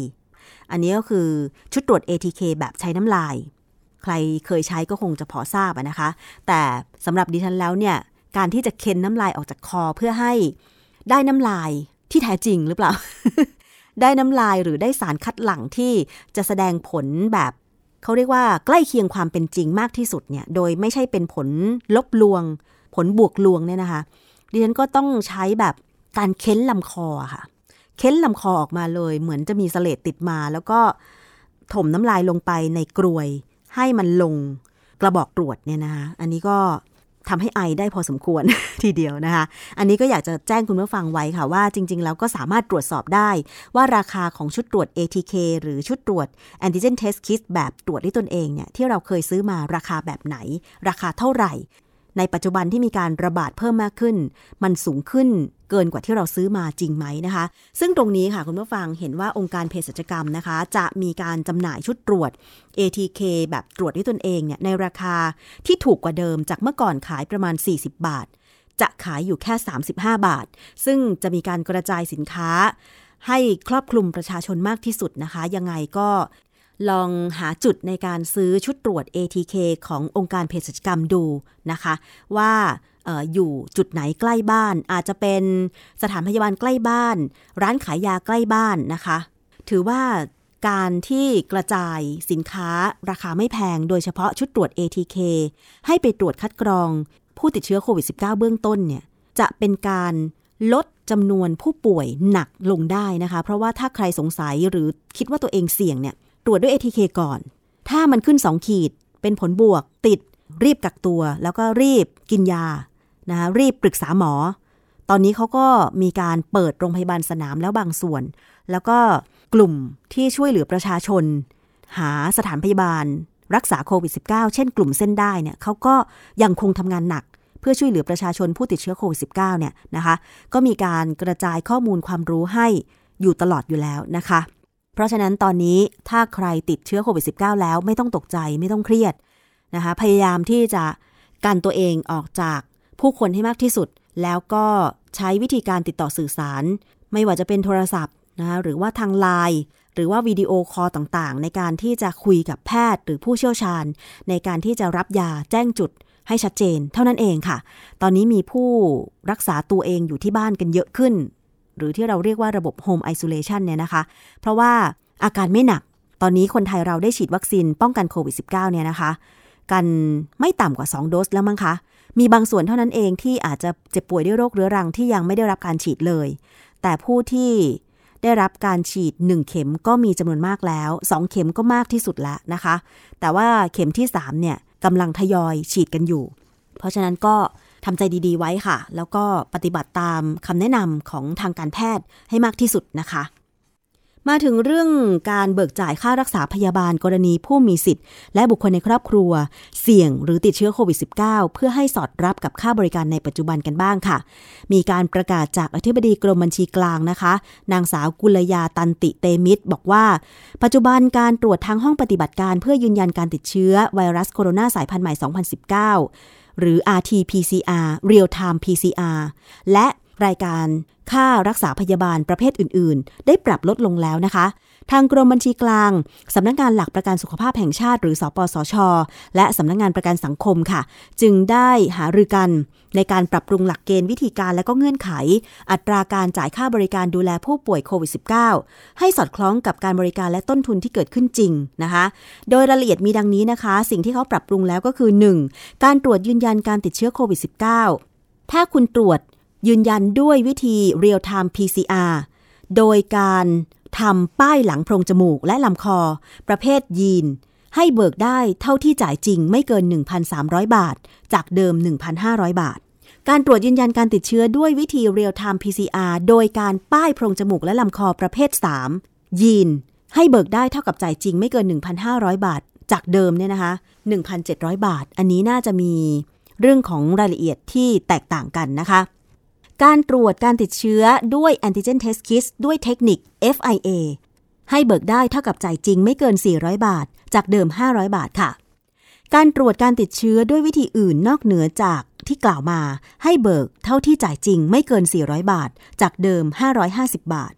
อันนี้ก็คือชุดตรวจ ATK แบบใช้น้ำลายใครเคยใช้ก็คงจะพอทราบนะคะแต่สำหรับดิฉันแล้วเนี่ยการที่จะเค้นน้ำลายออกจากคอเพื่อให้ได้น้ำลายที่แท้จริงหรือเปล่า ได้น้ำลายหรือได้สารคัดหลั่งที่จะแสดงผลแบบเขาเรียกว่าใกล้เคียงความเป็นจริงมากที่สุดเนี่ยโดยไม่ใช่เป็นผลลบลวงผลบวกลวงเนี่ยนะคะดิฉันก็ต้องใช้แบบการเค้นลำคอค่ะเค้นลำคอออกมาเลยเหมือนจะมีเสลดติดมาแล้วก็ถมน้ำลายลงไปในกรวยให้มันลงกระบอกตรวจเนี่ยนะคะอันนี้ก็ทำให้ไอได้พอสมควร ทีเดียวนะคะอันนี้ก็อยากจะแจ้งคุณผู้ฟังไว้ค่ะว่าจริงๆแล้วก็สามารถตรวจสอบได้ว่าราคาของชุดตรวจ ATK หรือชุดตรวจ Antigen Test Kit แบบตรวจด้วยตนเองเนี่ยที่เราเคยซื้อมาราคาแบบไหนราคาเท่าไหร่ในปัจจุบันที่มีการระบาดเพิ่มมากขึ้นมันสูงขึ้นเกินกว่าที่เราซื้อมาจริงไหมนะคะซึ่งตรงนี้ค่ะคุณผู้ฟังเห็นว่าองค์การเภสัชกรรมนะคะจะมีการจำหน่ายชุดตรวจ ATK แบบตรวจด้วยตนเองเนี่ยในราคาที่ถูกกว่าเดิมจากเมื่อก่อนขายประมาณ40 บาทจะขายอยู่แค่35 บาทซึ่งจะมีการกระจายสินค้าให้ครอบคลุมประชาชนมากที่สุดนะคะยังไงก็ลองหาจุดในการซื้อชุดตรวจ ATK ขององค์การเภสัชกรรมดูนะคะว่าอยู่จุดไหนใกล้บ้านอาจจะเป็นสถานพยาบาลใกล้บ้านร้านขายยาใกล้บ้านนะคะถือว่าการที่กระจายสินค้าราคาไม่แพงโดยเฉพาะชุดตรวจ ATK ให้ไปตรวจคัดกรองผู้ติดเชื้อโควิด -19 เบื้องต้นเนี่ยจะเป็นการลดจำนวนผู้ป่วยหนักลงได้นะคะเพราะว่าถ้าใครสงสัยหรือคิดว่าตัวเองเสี่ยงเนี่ยตรวจด้วย ATK ก่อนถ้ามันขึ้น2 ขีดเป็นผลบวกติดรีบกักตัวแล้วก็รีบกินยานะคะรีบปรึกษาหมอตอนนี้เขาก็มีการเปิดโรงพยาบาลสนามแล้วบางส่วนแล้วก็กลุ่มที่ช่วยเหลือประชาชนหาสถานพยาบาลรักษาโควิด -19 เช่นกลุ่มเส้นได้เนี่ยเขาก็ยังคงทำงานหนักเพื่อช่วยเหลือประชาชนผู้ติดเชื้อโควิด -19 เนี่ยนะคะก็มีการกระจายข้อมูลความรู้ให้อยู่ตลอดอยู่แล้วนะคะเพราะฉะนั้นตอนนี้ถ้าใครติดเชื้อโควิด -19 แล้วไม่ต้องตกใจไม่ต้องเครียดนะคะพยายามที่จะกันตัวเองออกจากผู้คนให้มากที่สุดแล้วก็ใช้วิธีการติดต่อสื่อสารไม่ว่าจะเป็นโทรศัพท์นะคะหรือว่าทาง LINE หรือว่าวิดีโอคอลต่างๆในการที่จะคุยกับแพทย์หรือผู้เชี่ยวชาญในการที่จะรับยาแจ้งจุดให้ชัดเจนเท่านั้นเองค่ะตอนนี้มีผู้รักษาตัวเองอยู่ที่บ้านกันเยอะขึ้นหรือที่เราเรียกว่าระบบ Home Isolation เนี่ยนะคะเพราะว่าอาการไม่หนักตอนนี้คนไทยเราได้ฉีดวัคซีนป้องกันโควิด -19 เนี่ยนะคะกันไม่ต่ำกว่า2 โดสแล้วมั้งคะมีบางส่วนเท่านั้นเองที่อาจจะเจ็บป่วยด้วยโรคเรื้อรังที่ยังไม่ได้รับการฉีดเลยแต่ผู้ที่ได้รับการฉีด1 เข็มก็มีจำนวนมากแล้ว2 เข็มก็มากที่สุดแล้วนะคะแต่ว่าเข็มที่3เนี่ยกำลังทยอยฉีดกันอยู่เพราะฉะนั้นก็ทำใจดีๆไว้ค่ะแล้วก็ปฏิบัติตามคำแนะนำของทางการแพทย์ให้มากที่สุดนะคะมาถึงเรื่องการเบิกจ่ายค่ารักษาพยาบาลกรณีผู้มีสิทธิ์และบุคคลในครอบครัวเสี่ยงหรือติดเชื้อโควิด -19 เพื่อให้สอดรับกับค่าบริการในปัจจุบันกันบ้างค่ะมีการประกาศจากอธิบดีกรมบัญชีกลางนะคะนางสาวกุลยาตันติเตมิตรบอกว่าปัจจุบันการตรวจทางห้องปฏิบัติการเพื่อยืนยันการติดเชื้อไวรัสโคโรนาสายพันธุ์ใหม่ 2019 หรือ RT-PCR Real Time PCR และรายการค่ารักษาพยาบาลประเภทอื่นๆได้ปรับลดลงแล้วนะคะทางกรมบัญชีกลางสำนักงานหลักประกันสุขภาพแห่งชาติหรือสปสช.และสำนักงานประกันสังคมค่ะจึงได้หารือกันในการปรับปรุงหลักเกณฑ์วิธีการและก็เงื่อนไขอัตราการจ่ายค่าบริการดูแลผู้ป่วยโควิด -19 ให้สอดคล้องกับการบริการและต้นทุนที่เกิดขึ้นจริงนะคะโดยรายละเอียดมีดังนี้นะคะสิ่งที่เขาปรับปรุงแล้วก็คือ 1. การตรวจยืนยันการติดเชื้อโควิด -19 ถ้าคุณตรวจยืนยันด้วยวิธี Real Time PCR โดยการทำป้ายหลังโพรงจมูกและลำคอประเภทยีนให้เบิกได้เท่าที่จ่ายจริงไม่เกิน 1,300 บาทจากเดิม 1,500 บาทการตรวจยืนยันการติดเชื้อด้วยวิธี Real Time PCR โดยการป้ายโพรงจมูกและลำคอประเภท3ยีนให้เบิกได้เท่ากับจ่ายจริงไม่เกิน 1,500 บาทจากเดิมเนี่ยนะคะ 1,700 บาทอันนี้น่าจะมีเรื่องของรายละเอียดที่แตกต่างกันนะคะการตรวจการติดเชื้อด้วย Antigen Test Kit ด้วยเทคนิค FIA ให้เบิกได้เท่ากับจ่ายจริงไม่เกิน400 บาทจากเดิม500 บาทค่ะการตรวจการติดเชื้อด้วยวิธีอื่นนอกเหนือจากที่กล่าวมาให้เบิกเท่าที่จ่ายจริงไม่เกิน400 บาทจากเดิม550 บาท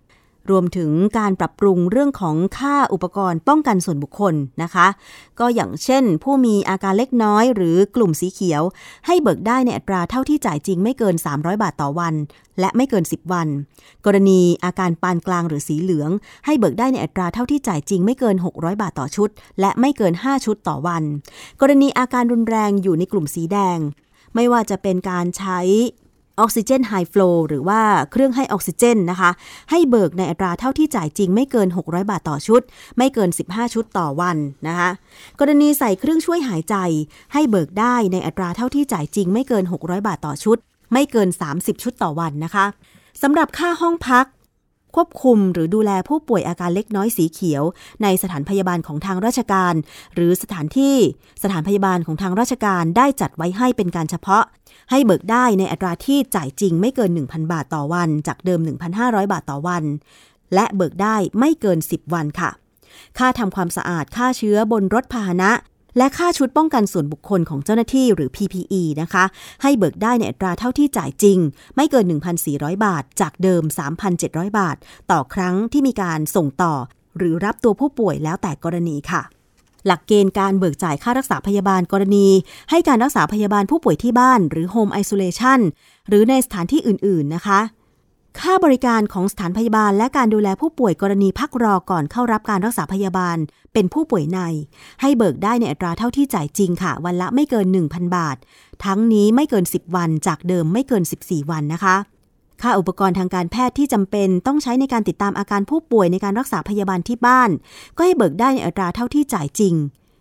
รวมถึงการปรับปรุงเรื่องของค่าอุปกรณ์ป้องกันส่วนบุคคลนะคะก็อย่างเช่นผู้มีอาการเล็กน้อยหรือกลุ่มสีเขียวให้เบิกได้ในอัตราเท่าที่จ่ายจริงไม่เกิน300บาทต่อวันและไม่เกิน10วันกรณีอาการปานกลางหรือสีเหลืองให้เบิกได้ในอัตราเท่าที่จ่ายจริงไม่เกิน600บาทต่อชุดและไม่เกิน5ชุดต่อวันกรณีอาการรุนแรงอยู่ในกลุ่มสีแดงไม่ว่าจะเป็นการใช้ออกซิเจนไฮฟลูหรือว่าเครื่องให้ออกซิเจนนะคะให้เบิกในอัตราเท่าที่จ่ายจริงไม่เกิน600บาทต่อชุดไม่เกิน15ชุดต่อวันนะคะกรณีใส่เครื่องช่วยหายใจให้เบิกได้ในอัตราเท่าที่จ่ายจริงไม่เกิน600บาทต่อชุดไม่เกิน30ชุดต่อวันนะคะสำหรับค่าห้องพักควบคุมหรือดูแลผู้ป่วยอาการเล็กน้อยสีเขียวในสถานพยาบาลของทางราชการหรือสถานพยาบาลของทางราชการได้จัดไว้ให้เป็นการเฉพาะให้เบิกได้ในอัตราที่จ่ายจริงไม่เกิน 1,000 บาทต่อวันจากเดิม 1,500 บาทต่อวันและเบิกได้ไม่เกิน10วันค่ะค่าทำความสะอาดฆ่าเชื้อบนรถพาหนะและค่าชุดป้องกันส่วนบุคคลของเจ้าหน้าที่หรือ PPE นะคะให้เบิกได้ในอัตราเท่าที่จ่ายจริงไม่เกิน 1,400 บาทจากเดิม 3,700 บาทต่อครั้งที่มีการส่งต่อหรือรับตัวผู้ป่วยแล้วแต่กรณีค่ะหลักเกณฑ์การเบิกจ่ายค่ารักษาพยาบาลกรณีให้การรักษาพยาบาลผู้ป่วยที่บ้านหรือ Home Isolation หรือในสถานที่อื่นๆนะคะค่าบริการของสถานพยาบาลและการดูแลผู้ป่วยกรณีพักรอก่อนเข้ารับการรักษาพยาบาลเป็นผู้ป่วยในให้เบิกได้ในอัตราเท่าที่จ่ายจริงค่ะวันละไม่เกิน 1,000 บาททั้งนี้ไม่เกิน10วันจากเดิมไม่เกิน14วันนะคะค่าอุปกรณ์ทางการแพทย์ที่จำเป็นต้องใช้ในการติดตามอาการผู้ป่วยในการรักษาพยาบาลที่บ้านก็ให้เบิกได้ในอัตราเท่าที่จ่ายจริง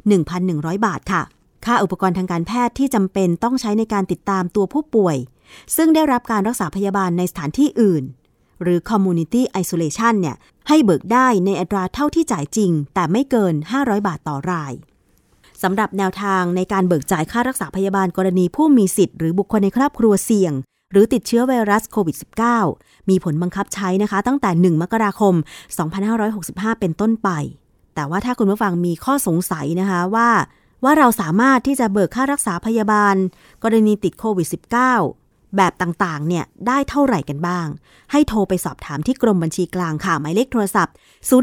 1,100 บาทค่ะค่าอุปกรณ์ทางการแพทย์ที่จำเป็นต้องใช้ในการติดตามตัวผู้ป่วยซึ่งได้รับการรักษาพยาบาลในสถานที่อื่นหรือ Community Isolation เนี่ยให้เบิกได้ในอัตราเท่าที่จ่ายจริงแต่ไม่เกิน500บาทต่อรายสำหรับแนวทางในการเบิกจ่ายค่ารักษาพยาบาลกรณีผู้มีสิทธิ์หรือบุคคลในครอบครัวเสี่ยงหรือติดเชื้อไวรัสโควิด -19 มีผลบังคับใช้นะคะตั้งแต่1มกราคม2565เป็นต้นไปแต่ว่าถ้าคุณผู้ฟังมีข้อสงสัยนะคะว่าเราสามารถที่จะเบิกค่ารักษาพยาบาลกรณีติดโควิด -19 แบบต่างๆเนี่ยได้เท่าไหร่กันบ้างให้โทรไปสอบถามที่กรมบัญชีกลางค่ะหมายเลขโทรศัพท์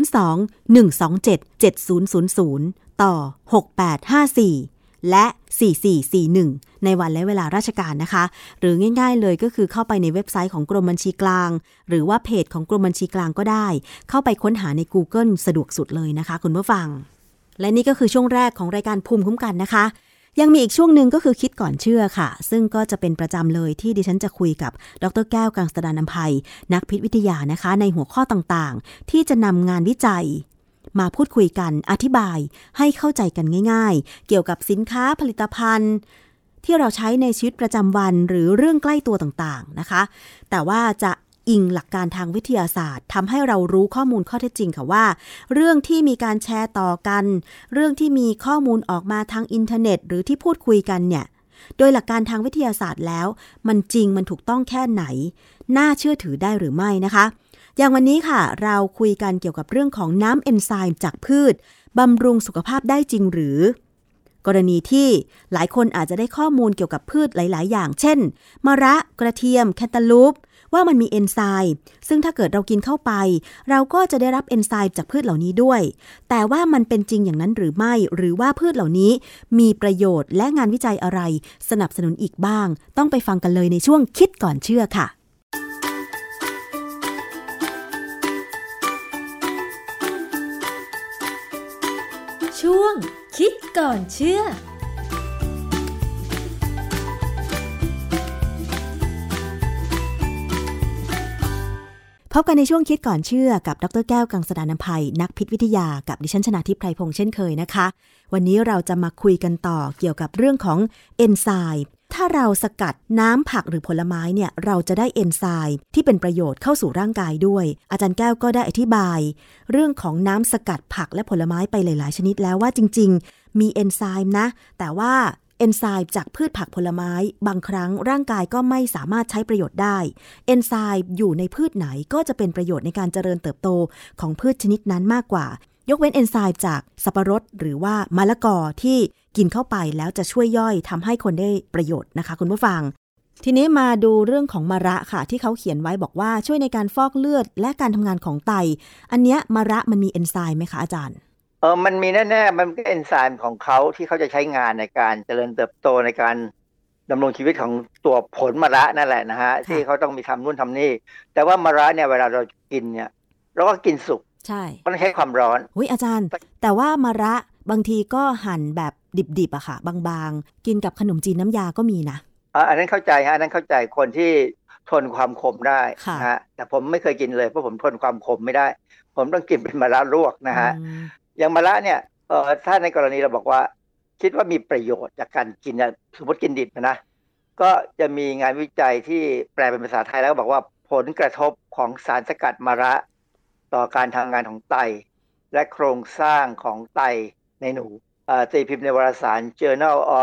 02-127-7000ต่อ6854และ4441ในวันและเวลาราชการนะคะหรือง่ายๆเลยก็คือเข้าไปในเว็บไซต์ของกรมบัญชีกลางหรือว่าเพจของกรมบัญชีกลางก็ได้เข้าไปค้นหาใน Google สะดวกสุดเลยนะคะคุณผู้ฟังและนี่ก็คือช่วงแรกของรายการภูมิคุ้มกันนะคะยังมีอีกช่วงหนึ่งก็คือคิดก่อนเชื่อค่ะซึ่งก็จะเป็นประจำเลยที่ดิฉันจะคุยกับดร.แก้วกังสดาลอำไพนักพิษวิทยานะคะในหัวข้อต่างๆที่จะนำงานวิจัยมาพูดคุยกันอธิบายให้เข้าใจกันง่ายๆเกี่ยวกับสินค้าผลิตภัณฑ์ที่เราใช้ในชีวิตประจำวันหรือเรื่องใกล้ตัวต่างๆนะคะแต่ว่าจะอิงหลักการทางวิทยาศาสตร์ทำให้เรารู้ข้อมูลข้อเท็จจริงค่ะว่าเรื่องที่มีการแชร์ต่อกันเรื่องที่มีข้อมูลออกมาทางอินเทอร์เน็ตหรือที่พูดคุยกันเนี่ยโดยหลักการทางวิทยาศาสตร์แล้วมันจริงมันถูกต้องแค่ไหนน่าเชื่อถือได้หรือไม่นะคะอย่างวันนี้ค่ะเราคุยกันเกี่ยวกับเรื่องของน้ำเอนไซม์จากพืชบำรุงสุขภาพได้จริงหรือกรณีที่หลายคนอาจจะได้ข้อมูลเกี่ยวกับพืชหลายๆอย่างเช่นมะระกระเทียมแคนตาลูปว่ามันมีเอนไซม์ซึ่งถ้าเกิดเรากินเข้าไปเราก็จะได้รับเอนไซม์จากพืชเหล่านี้ด้วยแต่ว่ามันเป็นจริงอย่างนั้นหรือไม่หรือว่าพืชเหล่านี้มีประโยชน์และงานวิจัยอะไรสนับสนุนอีกบ้างต้องไปฟังกันเลยในช่วงคิดก่อนเชื่อค่ะช่วงคิดก่อนเชื่อพบกันในช่วงคิดก่อนเชื่อกับดร.แก้วกังสดาลอำไพนักพิษวิทยากับดิฉันชนาธิปไพพงษ์เช่นเคยนะคะวันนี้เราจะมาคุยกันต่อเกี่ยวกับเรื่องของเอนไซม์ถ้าเราสกัดน้ำผักหรือผลไม้เนี่ยเราจะได้เอนไซม์ที่เป็นประโยชน์เข้าสู่ร่างกายด้วยอาจารย์แก้วก็ได้อธิบายเรื่องของน้ำสกัดผักและผลไม้ไปหลายๆชนิดแล้วว่าจริงๆมีเอนไซม์นะแต่ว่าเอนไซม์จากพืชผักผลไม้บางครั้งร่างกายก็ไม่สามารถใช้ประโยชน์ได้เอนไซม์อยู่ในพืชไหนก็จะเป็นประโยชน์ในการเจริญเติบโตของพืชชนิดนั้นมากกว่ายกเว้นเอนไซม์จากสับปะรดหรือว่ามะละกอที่กินเข้าไปแล้วจะช่วยย่อยทำให้คนได้ประโยชน์นะคะคุณผู้ฟังทีนี้มาดูเรื่องของมะระค่ะที่เขาเขียนไว้บอกว่าช่วยในการฟอกเลือดและการทำงานของไตอันเนี้ยมะระมันมีเอนไซม์ไหมคะอาจารย์มันมีแน่ๆมันเป็นเอนไซม์ของเขาที่เขาจะใช้งานในการเจริญเติบโตในการดำรงชีวิตของตัวผลมะระนั่นแหละนะฮะที่เขาต้องมีทำนู่นทำนี่แต่ว่ามะระเนี่ยเวลาเรากินเนี่ยเราก็กินสุกใช่ต้องใช้ความร้อนอุ๊ยอาจารย์แต่ว่ามะระบางทีก็หั่นแบบดิบๆอะค่ะบางๆกินกับขนมจีนน้ำยาก็มีนะอันนั้นเข้าใจฮะอันนั้นเข้าใจคนที่ทนความขมได้นะฮะแต่ผมไม่เคยกินเลยเพราะผมทนความขมไม่ได้ผมต้องกินเป็นมะระลวกนะฮะอย่างมะระเนี่ยถ้าในกรณีเราบอกว่าคิดว่ามีประโยชน์จากการกินนะสมมติกินดิบนะก็จะมีงานวิจัยที่แปลเป็นภาษาไทยแล้วก็บอกว่าผลกระทบของสารสกัดมะระต่อการทำงานของไตและโครงสร้างของไตในหนูตีพิมพ์ในวารสาร Journal of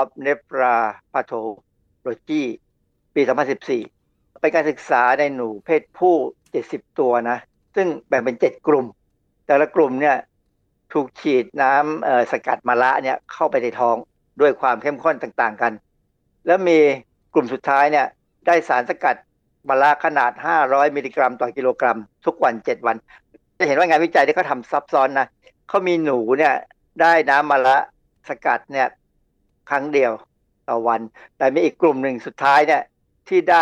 Nephrology ปี 2014 เป็นการศึกษาในหนูเพศผู้70ตัวนะซึ่งแบ่งเป็น7กลุ่มแต่ละกลุ่มเนี่ยถูกฉีดน้ำสกัดมะระเนี่ยเข้าไปในท้องด้วยความเข้มข้นต่างๆกันแล้วมีกลุ่มสุดท้ายเนี่ยได้สารสกัดมะระขนาด500มิลลิกรัมต่อกิโลกรัมทุกวัน7วันจะเห็นว่างานวิจัยที่เขาทำซับซ้อนนะเขามีหนูเนี่ยได้น้ำมะระสกัดเนี่ยครั้งเดียวต่อวันแต่มีอีกกลุ่มหนึ่งสุดท้ายเนี่ยที่ได้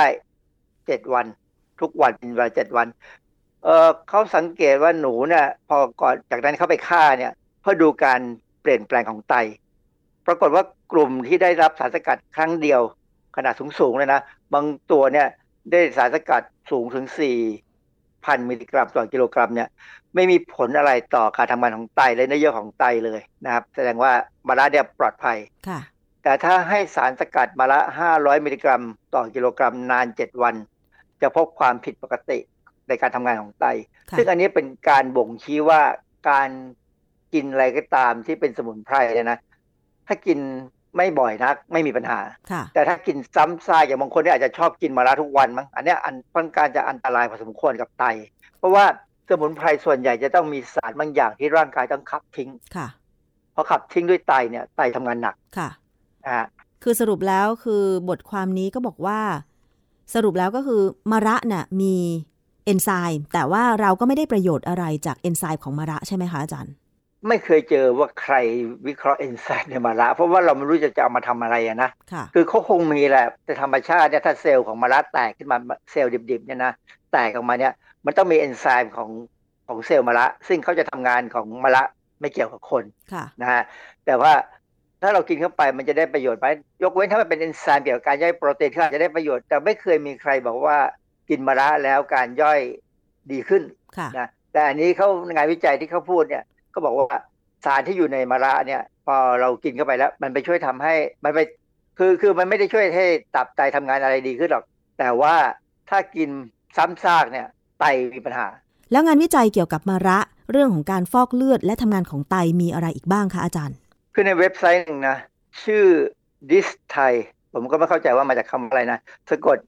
7วันทุกวันเป็นเวลา7วันเขาสังเกตว่าหนูเนี่ยพอก่อนจากนั้นเขาไปฆ่าเนี่ยเพื่อดูการเปลี่ยนแปลงของไตปรากฏว่ากลุ่มที่ได้รับสารสกัดครั้งเดียวขนาดสูงๆเลยนะบางตัวเนี่ยได้สารสกัดสูงถึง 4,000 มิลลิกรัมต่อกิโลกรัมเนี่ยไม่มีผลอะไรต่อการทำงานของไตและเนื้อเยื่อของไตเลยนะครับแสดงว่ามะระเนี่ยปลอดภัยแต่ถ้าให้สารสกัดมะระ500มิลลิกรัมต่อกิโลกรัมนาน7วันจะพบความผิดปกติในการทำงานของไตซึ่งอันนี้เป็นการบ่งชี้ว่าการกินอะไรก็ตามที่เป็นสมุนไพรเนี่ยนะถ้ากินไม่บ่อยนักไม่มีปัญหาแต่ถ้ากินซ้ำซากอย่างบางคนที่อาจจะชอบกินมะระทุกวันมั้งอันนี้ค่อนข้างจะอันตรายพอสมควรกับไตเพราะว่าสมุนไพรส่วนใหญ่จะต้องมีสารบางอย่างที่ร่างกายต้องขับทิ้งพอขับทิ้งด้วยไตเนี่ยไตทำงานหนักคือสรุปแล้วคือบทความนี้ก็บอกว่าสรุปแล้วก็คือมะระน่ะมีเอนไซม์แต่ว่าเราก็ไม่ได้ประโยชน์อะไรจากเอนไซม์ของมะระใช่ไหมคะอาจารย์ไม่เคยเจอว่าใครวิเคราะห์เอนไซม์ในมะระเพราะว่าเราไม่รู้จะเอามาทำอะไรนะคือเขาคงมีแหละแต่ธรรมชาติเนี่ยถ้าเซลล์ของมะระแตกขึ้นมาเซลล์ดิบๆเนี่ยนะแตกออกมาเนี่ยมันต้องมีเอนไซม์ของเซลล์มะระซึ่งเขาจะทำงานของมะระไม่เกี่ยวกับคนนะฮะแต่ว่าถ้าเรากินเข้าไปมันจะได้ประโยชน์ไหมยกเว้นถ้ามันเป็นเอนไซม์เกี่ยวกับการย่อยโปรตีนที่อาจจะได้ประโยชน์แต่ไม่เคยมีใครบอกว่ากินมะระแล้วการย่อยดีขึ้นนะแต่อันนี้เขางานวิจัยที่เขาพูดเนี่ยก็บอกว่าสารที่อยู่ในมะระเนี่ยพอเรากินเข้าไปแล้วมันไปช่วยทำให้มันไปคือมันไม่ได้ช่วยให้ตับไตทำงานอะไรดีขึ้นหรอกแต่ว่าถ้ากินซ้ำซากเนี่ยไตมีปัญหาแล้วงานวิจัยเกี่ยวกับมะระเรื่องของการฟอกเลือดและทำงานของไตมีอะไรอีกบ้างคะอาจารย์คือในเว็บไซต์นึงนะชื่อ DISTHAI ผมก็ไม่เข้าใจว่ามาจากคำอะไรนะสะกด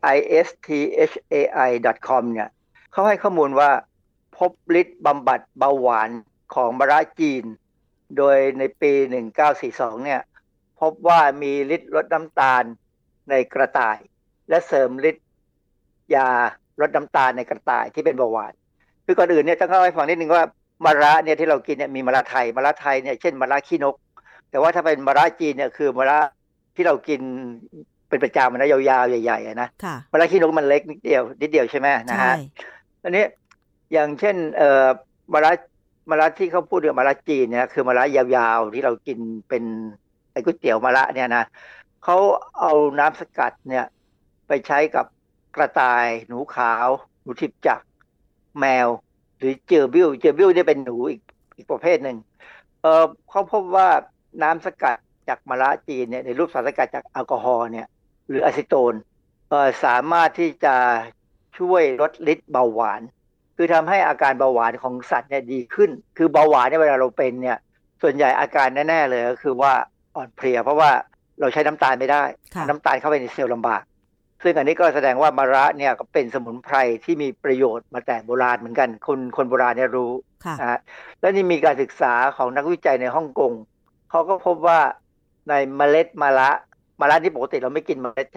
DISTHAI.com เนี่ยเขาให้ข้อมูลว่าพบฤทธิ์บำบัดเบาหวานของมะระจีนโดยในปี1942เนี่ยพบว่ามีฤทธิ์ลดน้ำตาลในกระต่ายและเสริมฤทธิ์ยาลดน้ำตาลในกระต่ายที่เป็นเบาหวานคือก่อนอื่นเนี่ยต้องเล่าให้ฟังนิดนึงว่ามะระเนี่ยที่เรากินเนี่ยมีมะระไทยเนี่ยเช่นมะระขี้นกแต่ว่าถ้าเป็นมะระจีนเนี่ยคือมะระที่เรากินเป็นประจำนะยาวๆใหญ่ๆนะมะระขี้นกมันเล็กนิดเดียวใช่ไหมนะฮะอันนี้อย่างเช่นมะระที่เขาพูดถึงมะระจีนเนี่ยคือมะระยาวๆที่เรากินเป็นไอ้ก๋วยเตี๋ยวมะระเนี่ยนะเขาเอาน้ำสกัดเนี่ยไปใช้กับกระต่ายหนูขาวหนูทิพจักรแมวหรือเจอบิวเนี่ยเป็นหนูอีกประเภทหนึ่งเขาพบว่าน้ำสกัดจากมะระจีนเนี่ยในรูปสารสกัดจากแอลกอฮอล์เนี่ยหรืออะซิโตนสามารถที่จะช่วยลดฤทธิ์เบาหวานคือทำให้อาการเบาหวานของสัตว์เนี่ยดีขึ้นคือเบาหวานเนี่ยเวลาเราเป็นเนี่ยส่วนใหญ่อาการแน่ๆเลยก็คือว่าอ่อนเพลียเพราะว่าเราใช้น้ำตาลไม่ได้น้ำตาลเข้าไปในเซลล์ลำบากซึ่งอันนี้ก็แสดงว่ามะระเนี่ยก็เป็นสมุนไพรที่มีประโยชน์มาแต่โบราณเหมือนกันคนโบราณเนี่ยรู้นะแล้วนี่มีการศึกษาของนักวิจัยในฮ่องกงเขาก็พบว่าในเมล็ดมะระที่ปกติเราไม่กินเมล็ดใช่ไหม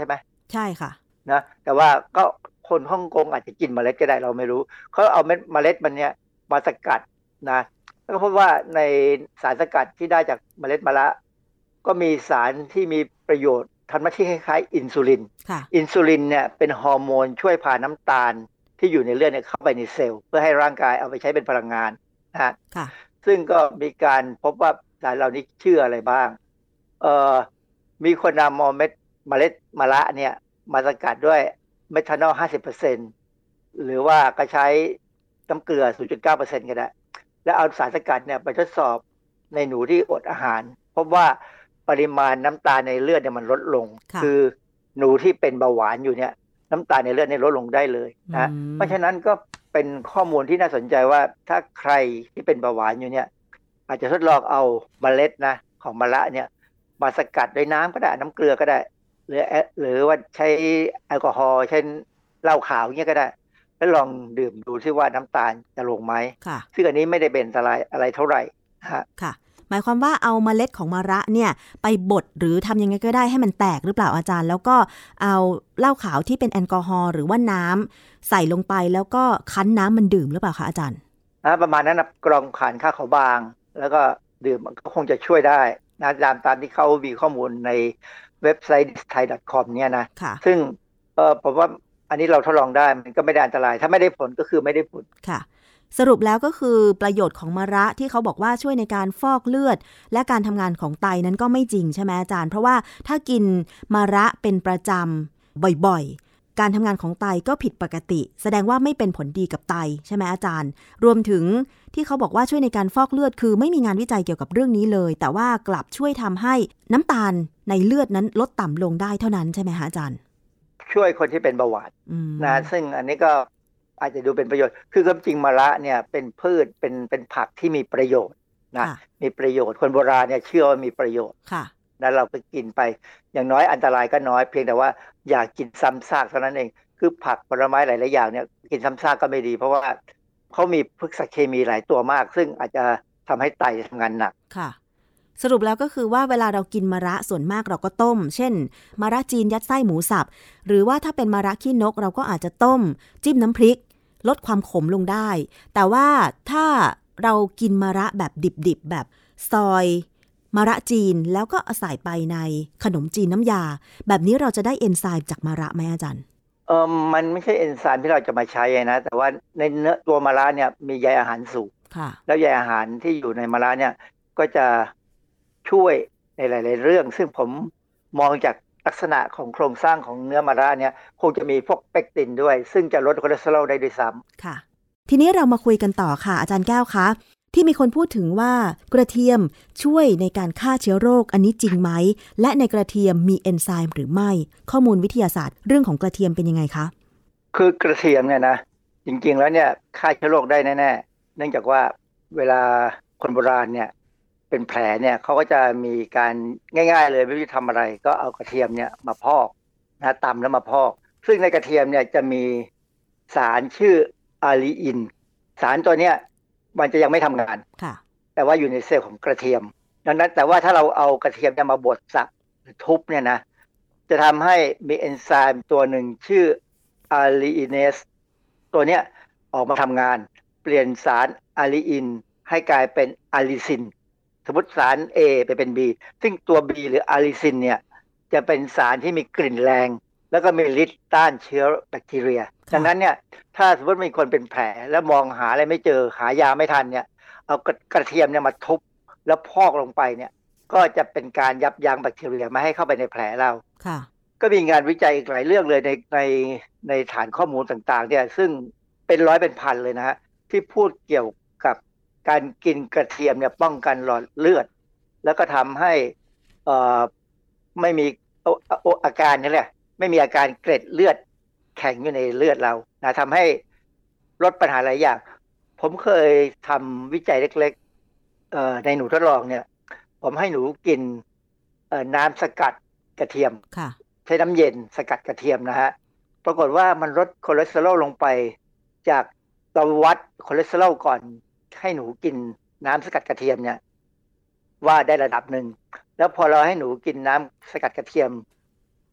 ใช่ค่ะนะแต่ว่าก็คนฮ่องกงอาจจะกินเมล็ดก็ได้เราไม่รู้เขาเอาเมล็ดมันเนี่ยมาสกัดนะแล้วก็พบว่าในสารสกัดที่ได้จากเมล็ดมะระก็มีสารที่มีประโยชน์ทำหน้าที่คล้ายๆอินซูลินอินซูลินเนี่ยเป็นฮอร์โมนช่วยพาน้ำตาลที่อยู่ในเลือดเนี่ยเข้าไปในเซลล์เพื่อให้ร่างกายเอาไปใช้เป็นพลังงานนะฮะซึ่งก็มีการพบว่าสารเหล่านี้ชื่ออะไรบ้างมีคนนำเมล็ดมะระเนี่ยมาสกัดด้วยเมทานอล 50% หรือว่าก็ใช้น้ำเกลือ 0.9% ก็ได้แล้วเอาสารสกัดเนี่ยไปทดสอบในหนูที่อดอาหารพบว่าปริมาณน้ำตาลในเลือดเนี่ยมันลดลงคือหนูที่เป็นเบาหวานอยู่เนี่ยน้ำตาลในเลือดเนี่ยลดลงได้เลยนะเพราะฉะนั้นก็เป็นข้อมูลที่น่าสนใจว่าถ้าใครที่เป็นเบาหวานอยู่เนี่ยอาจจะทดลองเอาเมล็ดนะของมะระเนี่ยมาสกัดด้วยน้ำก็ได้น้ำเกลือก็ได้หรือว่าใช้แอลกอฮอล์เช่นเหล้าขาวเงี้ยก็ได้แล้วลองดื่มดูซิว่าน้ำตาลจะลงไหมซึ่งอันนี้ไม่ได้เป็นอะไรเท่าไหร่ค่ะหมายความว่าเอาเมล็ดของมะระเนี่ยไปบดหรือทำยังไงก็ได้ให้มันแตกหรือเปล่าอาจารย์แล้วก็เอาเหล้าขาวที่เป็นแอลกอฮอล์หรือว่าน้ำใส่ลงไปแล้วก็คั้นน้ำมันดื่มหรือเปล่าคะอาจารย์ประมาณนั้นนะกรองผ่านค่าขาวบางแล้วก็ดื่มก็คงจะช่วยได้นะตามที่เขามีข้อมูลในเว็บไซต์ thai.com เนี่ยนะซึ่งผมว่าอันนี้เราทดลองได้มันก็ไม่ได้อันตรายถ้าไม่ได้ผลก็คือไม่ได้ผลค่ะสรุปแล้วก็คือประโยชน์ของมะระที่เขาบอกว่าช่วยในการฟอกเลือดและการทำงานของไตนั้นก็ไม่จริงใช่ไหมอาจารย์เพราะว่าถ้ากินมะระเป็นประจำบ่อยๆการทำงานของไตก็ผิดปกติแสดงว่าไม่เป็นผลดีกับไตใช่ไหมอาจารย์รวมถึงที่เขาบอกว่าช่วยในการฟอกเลือดคือไม่มีงานวิจัยเกี่ยวกับเรื่องนี้เลยแต่ว่ากลับช่วยทำให้น้ำตาลในเลือดนั้นลดต่ำลงได้เท่านั้นใช่ไหมคะอาจารย์ช่วยคนที่เป็นเบาหวานนะซึ่งอันนี้ก็อาจจะดูเป็นประโยชน์คือความจริงมะระเนี่ยเป็นพืชเป็นผักที่มีประโยชน์นะมีประโยชน์คนโบราณเนี่ยเชื่อว่ามีประโยชน์แล้วเราก็กินไปอย่างน้อยอันตรายก็น้อยเพียงแต่ว่าอย่ากินซ้ำซากเท่านั้นเองคือผักผลไม้หลายๆอย่างเนี่ยกินซ้ำซากก็ไม่ดีเพราะว่าเขามีพฤกษเคมีหลายตัวมากซึ่งอาจจะทำให้ไตทำงานหนักค่ะสรุปแล้วก็คือว่าเวลาเรากินมะระส่วนมากเราก็ต้มเช่นมะระจีนยัดไส้หมูสับหรือว่าถ้าเป็นมะระขี้นกเราก็อาจจะต้มจิ้มน้ำพริกลดความขมลงได้แต่ว่าถ้าเรากินมะระแบบดิบๆแบบซอยมะระจีนแล้วก็ใส่ไปในขนมจีนน้ำยาแบบนี้เราจะได้เอนไซม์จากมะระไหมอาจารย์มันไม่ใช่เอนไซม์ที่เราจะมาใช้นะแต่ว่าในเนื้อตัวมะระเนี่ยมีใยอาหารสูงแล้วใยอาหารที่อยู่ในมะระเนี่ยก็จะช่วยในหลายๆเรื่องซึ่งผมมองจากลักษณะของโครงสร้างของเนื้อมะระเนี่ยคงจะมีพวกเปกตินด้วยซึ่งจะลดคอเลสเตอรอลได้ด้วยซ้ำค่ะทีนี้เรามาคุยกันต่อค่ะอาจารย์แก้วคะที่มีคนพูดถึงว่ากระเทียมช่วยในการฆ่าเชื้อโรคอันนี้จริงไหมและในกระเทียมมีเอนไซม์หรือไม่ข้อมูลวิทยาศาสตร์เรื่องของกระเทียมเป็นยังไงคะคือกระเทียมเนี่ยนะจริงๆแล้วเนี่ยฆ่าเชื้อโรคได้แน่ๆเนื่องจากว่าเวลาคนโบราณเนี่ยเป็นแผลเนี่ยเขาก็จะมีการง่ายๆเลยไม่รู้จะทำอะไรก็เอากระเทียมเนี่ยมาพอกนะตำแล้วมาพอกซึ่งในกระเทียมเนี่ยจะมีสารชื่ออาลีอินสารตัวเนี้ยมันจะยังไม่ทำงานแต่ว่าอยู่ในเซลล์ของกระเทียมดังนั้นแต่ว่าถ้าเราเอากระเทียมเนี่ยมาบดสับหรือทุบเนี่ยนะจะทำให้มีเอนไซม์ตัวหนึ่งชื่ออาลีอินเนสตัวเนี้ยออกมาทำงานเปลี่ยนสารอาลีอินให้กลายเป็นอาลิซินสมมติสาร A ไปเป็น B ซึ่งตัว B หรืออาลิซินเนี่ยจะเป็นสารที่มีกลิ่นแรงแล้วก็มีฤทธิ์ต้านเชื้อแบคทีเรียดังนั้นเนี่ยถ้าสมมติมีคนเป็นแผลแล้วมองหาอะไรไม่เจอหายาไม่ทันเนี่ยเอากระเทียมเนี่ยมาทุบแล้วพอกลงไปเนี่ยก็จะเป็นการยับยั้งแบคทีเรียไม่ให้เข้าไปในแผลเราก็มีงานวิจัยอีกหลายเรื่องเลยในฐานข้อมูลต่างๆเนี่ยซึ่งเป็นร้อยเป็นพันเลยนะฮะที่พูดเกี่ยวกับการกินกระเทียมเนี่ยป้องกันหลอดเลือดแล้วก็ทำให้ไม่มีอาการนี่แหละไม่มีอาการเกล็ดเลือดแข็งอยู่ในเลือดเรานะทำให้ลดปัญหาหลายอย่างผมเคยทำวิจัยเล็กๆในหนูทดลองเนี่ยผมให้หนูกินน้ำสกัดกระเทียมใช้น้ำเย็นสกัดกระเทียมนะฮะปรากฏว่ามันลดคอเลสเตอรอลลงไปจากเราวัดคอเลสเตอรอลก่อนให้หนูกินน้ำสกัดกระเทียมเนี่ยว่าได้ระดับหนึ่งแล้วพอเราให้หนูกินน้ำสกัดกระเทียม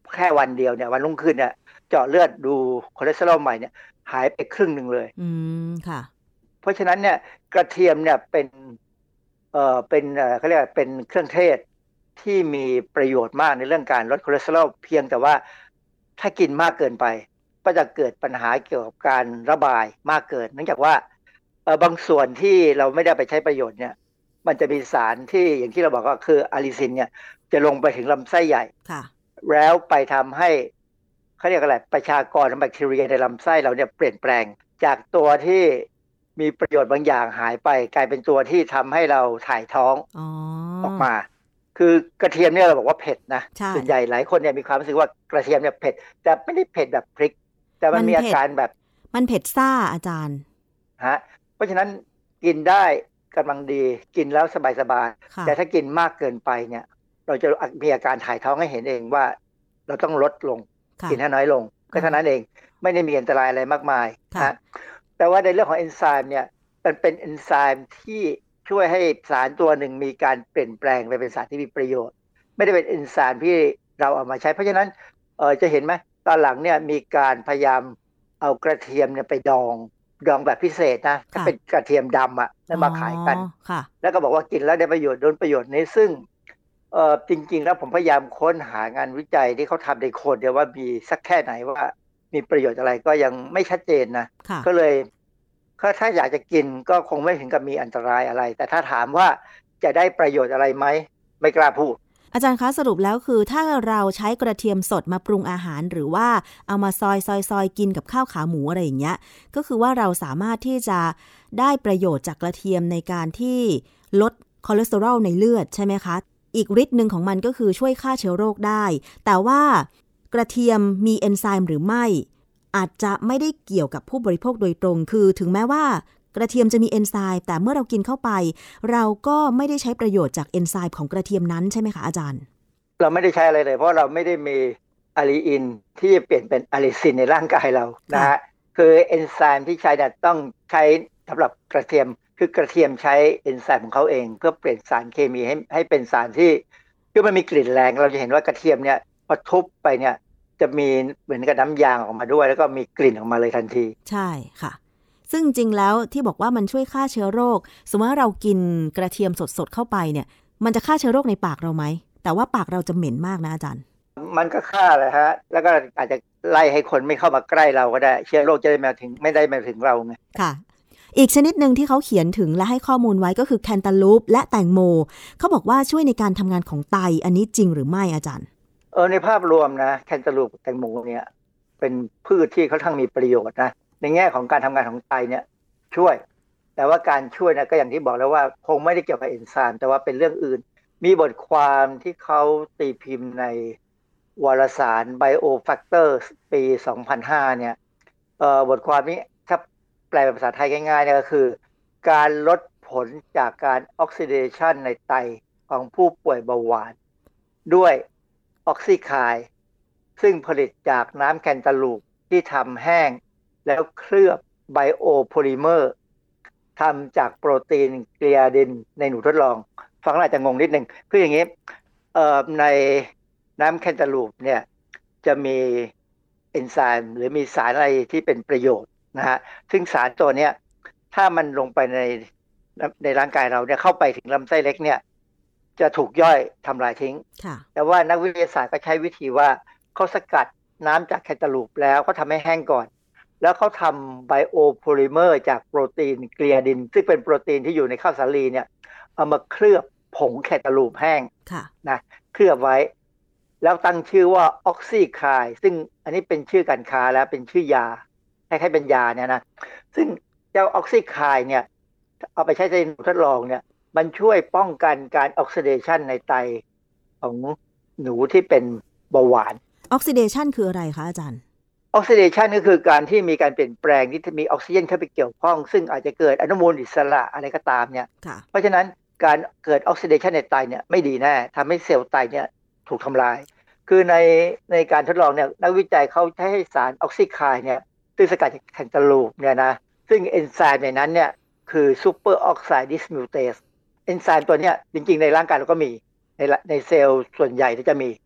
แค่วันเดียวเนี่ยวันรุ่งขึ้นเนี่ยเจาะเลือดดูคอเลสเตอรอลใหม่เนี่ยหายไปครึ่งนึงเลยค่ะเพราะฉะนั้นเนี่ยกระเทียมเนี่ยเป็นเขาเรียกเป็นเครื่องเทศที่มีประโยชน์มากในเรื่องการลดคอเลสเตอรอลเพียงแต่ว่าถ้ากินมากเกินไปก็จะเกิดปัญหาเกี่ยวกับการระบายมากเกินเนื่องจากว่าบางส่วนที่เราไม่ได้ไปใช้ประโยชน์เนี่ยมันจะมีสารที่อย่างที่เราบอกก็คืออะลิซินเนี่ยจะลงไปถึงลำไส้ใหญ่แล้วไปทำให้เขาเรียกอะไรประชากรของแบคทีเรียในลำไส้เราเนี่ยเปลี่ยนแปลงจากตัวที่มีประโยชน์บางอย่างหายไปกลายเป็นตัวที่ทำให้เราถ่ายท้องออกมาคือกระเทียมเนี่ยเราบอกว่าเผ็ดนะส่วนใหญ่หลายคนเนี่ยมีความรู้สึกว่ากระเทียมเนี่ยเผ็ดแต่ไม่ได้เผ็ดแบบพริกแต่มันมีอาการแบบมันเผ็ดซ่าอาจารย์เพราะฉะนั้นกินได้กำลังดีกินแล้วสบายๆแต่ถ้ากินมากเกินไปเนี่ยเราจะมีอาการถ่ายท้องให้เห็นเองว่าเราต้องลดลงกินให้น้อยลงก็เท่านั้นเองไม่ได้มีอันตรายอะไรมากมายแต่ว่าในเรื่องของเอนไซม์เนี่ยมันเป็นเอนไซม์ที่ช่วยให้สารตัวหนึ่งมีการเปลี่ยนแปลงไปเป็นสารที่มีประโยชน์ไม่ได้เป็นเอนไซม์ที่เราเอามาใช้เพราะฉะนั้นจะเห็นไหมตอนหลังเนี่ยมีการพยายามเอากระเทียมเนี่ยไปดองแบบพิเศษนะถ้าเป็นกระเทียมดำอ่ะแล้วมาขายกันแล้วก็บอกว่ากินแล้วได้ประโยชน์โดนประโยชน์นี้ซึ่งจริงๆแล้วผมพยายามค้นหางานวิจัยที่เขาทำในคนเดียวว่ามีสักแค่ไหนว่ามีประโยชน์อะไรก็ยังไม่ชัดเจนนะก็เลยถ้าอยากจะกินก็คงไม่ถึงกับมีอันตรายอะไรแต่ถ้าถามว่าจะได้ประโยชน์อะไรไหมไม่กล้าพูดอาจารย์คะสรุปแล้วคือถ้าเราใช้กระเทียมสดมาปรุงอาหารหรือว่าเอามาซอยกินกับข้าวขาหมูอะไรอย่างเงี้ยก็คือว่าเราสามารถที่จะได้ประโยชน์จากกระเทียมในการที่ลดคอเลสเตอรอลในเลือดใช่ไหมคะอีกฤทธิ์หนึ่งของมันก็คือช่วยฆ่าเชื้อโรคได้แต่ว่ากระเทียมมีเอนไซม์หรือไม่อาจจะไม่ได้เกี่ยวกับผู้บริโภคโดยตรงคือถึงแม้ว่ากระเทียมจะมีเอนไซม์แต่เมื่อเรากินเข้าไปเราก็ไม่ได้ใช้ประโยชน์จากเอนไซม์ของกระเทียมนั้นใช่ไหมคะอาจารย์เราไม่ได้ใช้อะไรเลยเพราะเราไม่ได้มีอะลีอินที่จะเปลี่ยนเป็นอะลิซินในร่างกายเรานะฮะคือเอนไซม์ที่ใช้เนี่ยต้องใช้สำหรับกระเทียมคือกระเทียมใช้เอนไซม์ของเขาเองเพื่อเปลี่ยนสารเคมีให้เป็นสารที่คือมันมีกลิ่นแรงเราจะเห็นว่ากระเทียมเนี่ยพอทุบไปเนี่ยจะมีเหมือนกับน้ำยางออกมาด้วยแล้วก็มีกลิ่นออกมาเลยทันทีใช่ค่ะซึ่งจริงแล้วที่บอกว่ามันช่วยฆ่าเชื้อโรคสมมติว่าเรากินกระเทียมสดๆเข้าไปเนี่ยมันจะฆ่าเชื้อโรคในปากเราไหมแต่ว่าปากเราจะเหม็นมากนะอาจารย์มันก็ฆ่าเลยฮะแล้วก็อาจจะไล่ให้คนไม่เข้ามาใกล้เราก็ได้เชื้อโรคจะไม่ได้มาถึงเราไงค่ะอีกชนิดหนึ่งที่เขาเขียนถึงและให้ข้อมูลไว้ก็คือแคนตาลูปและแตงโมเขาบอกว่าช่วยในการทำงานของไตอันนี้จริงหรือไม่อาจารย์ในภาพรวมนะแคนตาลูปแตงโมเนี่ยเป็นพืชที่ค่อนข้างมีประโยชน์นะในแง่ของการทำงานของไตเนี่ยช่วยแต่ว่าการช่วยนะก็อย่างที่บอกแล้วว่าคงไม่ได้เกี่ยวกับเอนไซม์แต่ว่าเป็นเรื่องอื่นมีบทความที่เขาตีพิมพ์ในวารสาร Biofactors ปี 2005 เนี่ยบทความนี้ถ้าแปลเป็นภาษาไทยง่ายๆเนี่ยก็คือการลดผลจากการออกซิเดชันในไตของผู้ป่วยเบาหวานด้วยออกซิไคล์ซึ่งผลิตจากน้ำแคนตาลูปที่ทำแห้งแล้วเคลือบไบโอโพลิเมอร์ทำจากโปรตีนเกลียดินในหนูทดลองฟังแล้วอาจจะงงนิดนึงคืออย่างนี้ในน้ำแคนตาลูปเนี่ยจะมีเอนไซม์หรือมีสารอะไรที่เป็นประโยชน์นะฮะซึ่งสารตัวเนี้ยถ้ามันลงไปในร่างกายเราเนี่ยเข้าไปถึงลำไส้เล็กเนี่ยจะถูกย่อยทำลายทิ้งแต่ว่านักวิทยาศาสตร์ก็ใช้วิธีว่าเขาสกัดน้ำจากแคนตาลูปแล้วเขาทำให้แห้งก่อนแล้วเขาทำไบโอโพลิเมอร์จากโปรตีนเกลียดินซึ่งเป็นโปรตีนที่อยู่ในข้าวสาลีเนี่ยเอามาเคลือบผงแคนตาลูปแห้งนะเคลือบไว้แล้วตั้งชื่อว่าออกซิไคล์ซึ่งอันนี้เป็นชื่อการค้าแล้วเป็นชื่อยาคล้ายๆเป็นยาเนี่ยนะซึ่งเจ้าออกซิไคล์เนี่ยเอาไปใช้ในหนูทดลองเนี่ยมันช่วยป้องกันการออกซิเดชันในไตของหนูที่เป็นเบาหวานออกซิเดชันคืออะไรคะอาจารย์ออกซิเดชันก็คือการที่มีการเปลี่ยนแปลงที่มีออกซิเจนเข้าไปเกี่ยวข้องซึ่งอาจจะเกิดอนุมูลอิสระอะไรก็ตามเนี่ยเพราะฉะนั้นการเกิดออกซิเดชันในไตเนี่ยไม่ดีแน่ทำให้เซลล์ไตเนี่ยถูกทำลายคือในการทดลองเนี่ยนักวิจัยเขาใช้ให้สารออกซิไคล์เนี่ยซึ่งสกัดจากแคนตาลูปเนี่ยนะซึ่งเอนไซม์ในนั้นเนี่ยคือซูเปอร์ออกไซด์ดิสมิวเตสเอนไซม์ตัวเนี้ยจริงๆในร่างกายเราก็มีในเซลล์ส่วนใหญ่ที่จะมี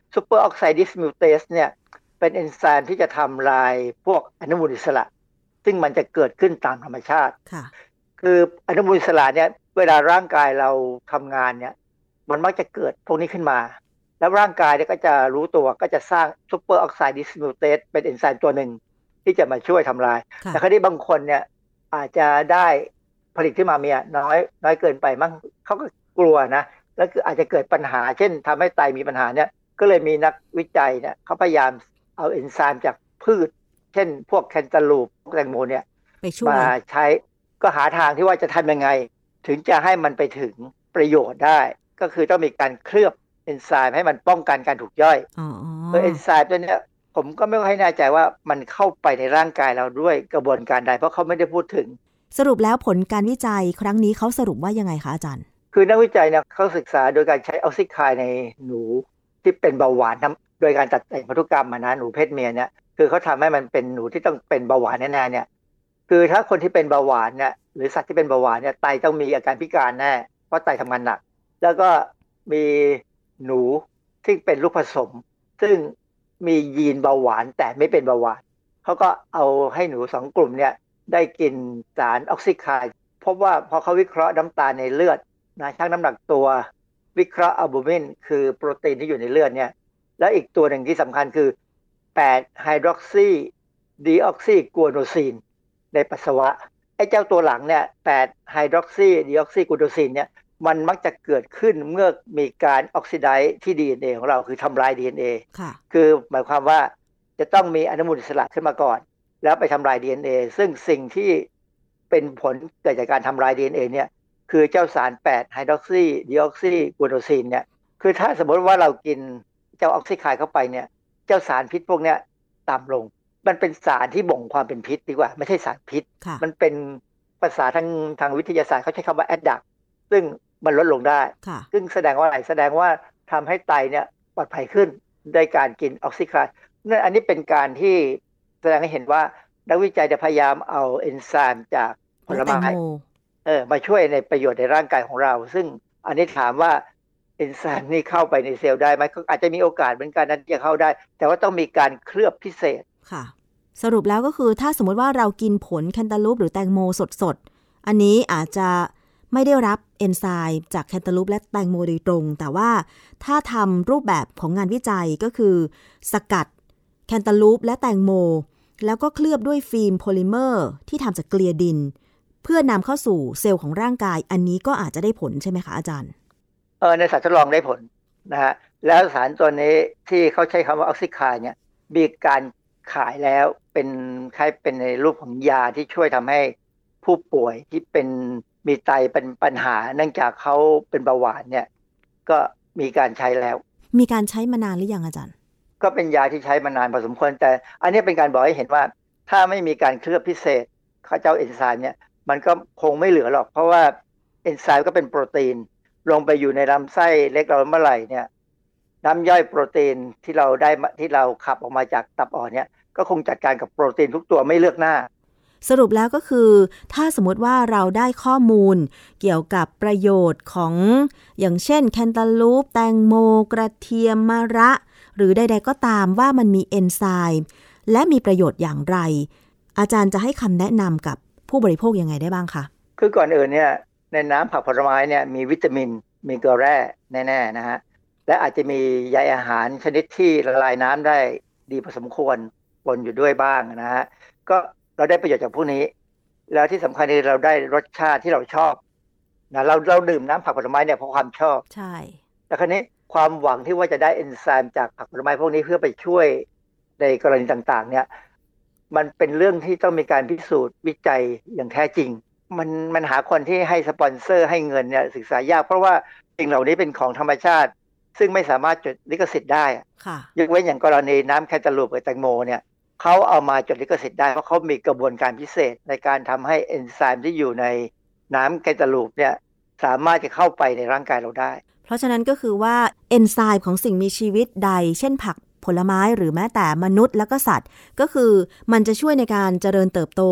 ซูเปอร์ออกไซด์ดิสมิวเตสเนี่ยเป็นเอนไซม์ที่จะทำลายพวกอนุมูลอิสระซึ่งมันจะเกิดขึ้นตามธรรมชาติคืออนุมูลอิสระเนี่ยเวลาร่างกายเราทำงานเนี่ยมันมักจะเกิดพวกนี้ขึ้นมาแล้วร่างกายเนี่ยก็จะรู้ตัวก็จะสร้างซูเปอร์ออกไซด์ดิสมิวเตสเป็นเอนไซม์ตัวหนึ่งที่จะมาช่วยทำลายแต่คราวนี้บางคนเนี่ยอาจจะได้ผลิตขึ้นมามีน้อยเกินไปมั้งเขาก็กลัวนะแล้วคืออาจจะเกิดปัญหาเช่นทำให้ไตมีปัญหาเนี่ยก็เลยมีนักวิจัยเนี่ยเขาพยายามเอาเอนไซม์จากพืชเช่นพวกแคนตาลูปแตงโมเนี่ยมาใช้ก็หาทางที่ว่าจะทำยังไงถึงจะให้มันไปถึงประโยชน์ได้ก็คือต้องมีการเคลือบเอนไซม์ให้มันป้องกันการถูกย่อยเอนไซม์ตัวนี้ผมก็ไม่ค่อยแน่ใจว่ามันเข้าไปในร่างกายเราด้วยกระบวนการใดเพราะเขาไม่ได้พูดถึงสรุปแล้วผลการวิจัยครั้งนี้เขาสรุปว่ายังไงคะอาจารย์คือนักวิจัยเนี่ยเขาศึกษาโดยการใช้ออกซิไคล์ในหนูที่เป็นเบาหวานโดยการตัดแต่งพันธุกรรมนะหนูเพศเมียเนี่ยคือเขาทำให้มันเป็นหนูที่ต้องเป็นเบาหวานแน่ๆเนี่ยคือถ้าคนที่เป็นเบาหวานเนี่ยหรือสัตว์ที่เป็นเบาหวานเนี่ยไตต้องมีอาการพิการแน่เพราะไตทำงานหนักแล้วก็มีหนูที่เป็นลูกผสมซึ่งมียีนเบาหวานแต่ไม่เป็นเบาหวานเขาก็เอาให้หนู2กลุ่มเนี่ยได้กินสารออกซิไคล์พบว่าพอเขาวิเคราะห์น้ำตาลในเลือดนะชั่งน้ำหนักตัววิเคราะห์อัลบูมินคือโปรตีนที่อยู่ในเลือดเนี่ยแล้วอีกตัวหนึ่งที่สำคัญคือ8ไฮดรอกซีดีออกซิกัวโนซีนในปัสสาวะไอ้เจ้าตัวหลังเนี่ย8ไฮดรอกซีดีออกซิกัวโนซีนเนี่ยมันมักจะเกิดขึ้นเมื่อมีการออกซิไดซ์ที่ DNA ของเราคือทำลาย DNA คือหมายความว่าจะต้องมีอนุมูลอิสระขึ้นมาก่อนแล้วไปทำลาย DNA ซึ่งสิ่งที่เป็นผลเกิดจากการทำลาย DNA เนี่ยคือเจ้าสาร8ไฮดรอกซีดีออกซิกัวโนซีนเนี่ยคือถ้าสมมติว่าเรากินเจ้าออกซิไคล์เข้าไปเนี่ยเจ้าสารพิษพวกเนี้ยต่ำลงมันเป็นสารที่บ่งความเป็นพิษดีกว่าไม่ใช่สารพิษมันเป็นภาษาทางวิทยาศาสตร์เขาใช้คำว่าแอดดักซึ่งมันลดลงได้ซึ่งแสดงว่าอะไรแสดงว่าทำให้ไตเนี่ยปลอดภัยขึ้นด้วยการกินออกซิไคล์นั่นอันนี้เป็นการที่แสดงให้เห็นว่านักวิจัยจะพยายามเอาเอนไซม์จากผลไม้มาช่วยในประโยชน์ในร่างกายของเราซึ่งอันนี้ถามว่าเอนไซม์นี่เข้าไปในเซลล์ได้ไหมก็อาจจะมีโอกาสเหมือนกันนั้นจะเข้าได้แต่ว่าต้องมีการเคลือบพิเศษค่ะสรุปแล้วก็คือถ้าสมมติว่าเรากินผลแคนตาลูปหรือแตงโมสดๆอันนี้อาจจะไม่ได้รับเอนไซม์จากแคนตาลูปและแตงโมโดยตรงแต่ว่าถ้าทำรูปแบบของงานวิจัยก็คือสกัดแคนตาลูปและแตงโมแล้วก็เคลือบด้วยฟิล์มโพลิเมอร์ที่ทำจากเกลียดินเพื่อนำเข้าสู่เซลล์ของร่างกายอันนี้ก็อาจจะได้ผลใช่ไหมคะอาจารย์ในสัตว์ทดลองได้ผลนะฮะแล้วสารตัวนี้ที่เขาใช้คำว่าออกซิไคล์เนี่ยมีการขายแล้วเป็นคล้ายเป็นในรูปของยาที่ช่วยทำให้ผู้ป่วยที่เป็นมีไตเป็นปัญหาเนื่องจากเขาเป็นเบาหวานเนี่ยก็มีการใช้แล้วมีการใช้มานานหรือยังอาจารย์ก็เป็นยาที่ใช้มานานพอสมควรแต่อันนี้เป็นการบอกให้เห็นว่าถ้าไม่มีการเคลือบพิเศษเขาเจ้าเอนไซม์เนี่ยมันก็คงไม่เหลือหรอกเพราะว่าเอนไซม์ก็เป็นโปรตีนลงไปอยู่ในลำไส้เล็กเราเมื่อไหร่เนี่ยน้ำย่อยโปรตีนที่เราได้ที่เราขับออกมาจากตับอ่อนเนี่ยก็คงจัดการกับโปรตีนทุกตัวไม่เลือกหน้าสรุปแล้วก็คือถ้าสมมติว่าเราได้ข้อมูลเกี่ยวกับประโยชน์ของอย่างเช่นแคนตาลูปแตงโมกระเทียมมะระหรือใดๆก็ตามว่ามันมีเอนไซม์และมีประโยชน์อย่างไรอาจารย์จะให้คำแนะนำกับผู้บริโภคยังไงได้บ้างคะคือก่อนอื่นเนี่ยในน้ำผักผลไม้เนี่ยมีวิตามินมีเกลือแร่แน่ๆนะฮะและอาจจะมีใยอาหารชนิดที่ละลายน้ำได้ดีพอสมควรปนอยู่ด้วยบ้างนะฮะก็เราได้ประโยชน์จากพวกนี้แล้วที่สำคัญคือเราได้รสชาติที่เราชอบนะเราดื่มน้ำผักผลไม้เนี่ยเพราะความชอบใช่แต่คราวนี้ความหวังที่ว่าจะได้เอนไซม์จากผักผลไม้พวกนี้เพื่อไปช่วยในกรณีต่างๆเนี่ยมันเป็นเรื่องที่ต้องมีการพิสูจน์วิจัยอย่างแท้จริงมันหาคนที่ให้สปอนเซอร์ให้เงินเนี่ยศึกษายากเพราะว่าสิ่งเหล่านี้เป็นของธรรมชาติซึ่งไม่สามารถจดลิขสิทธิ์ได้ยกเว้นอย่างกรณีน้ำแคนตาลูปกับแตงโมเนี่ยเขาเอามาจดลิขสิทธิ์ได้เพราะเขามีกระบวนการพิเศษในการทำให้เอนไซม์ที่อยู่ในน้ำแคนตาลูปเนี่ยสามารถจะเข้าไปในร่างกายเราได้เพราะฉะนั้นก็คือว่าเอนไซม์ของสิ่งมีชีวิตใดเช่นผักผลไม้หรือแม้แต่มนุษย์แล้วก็สัตว์ก็คือมันจะช่วยในการเจริญเติบโต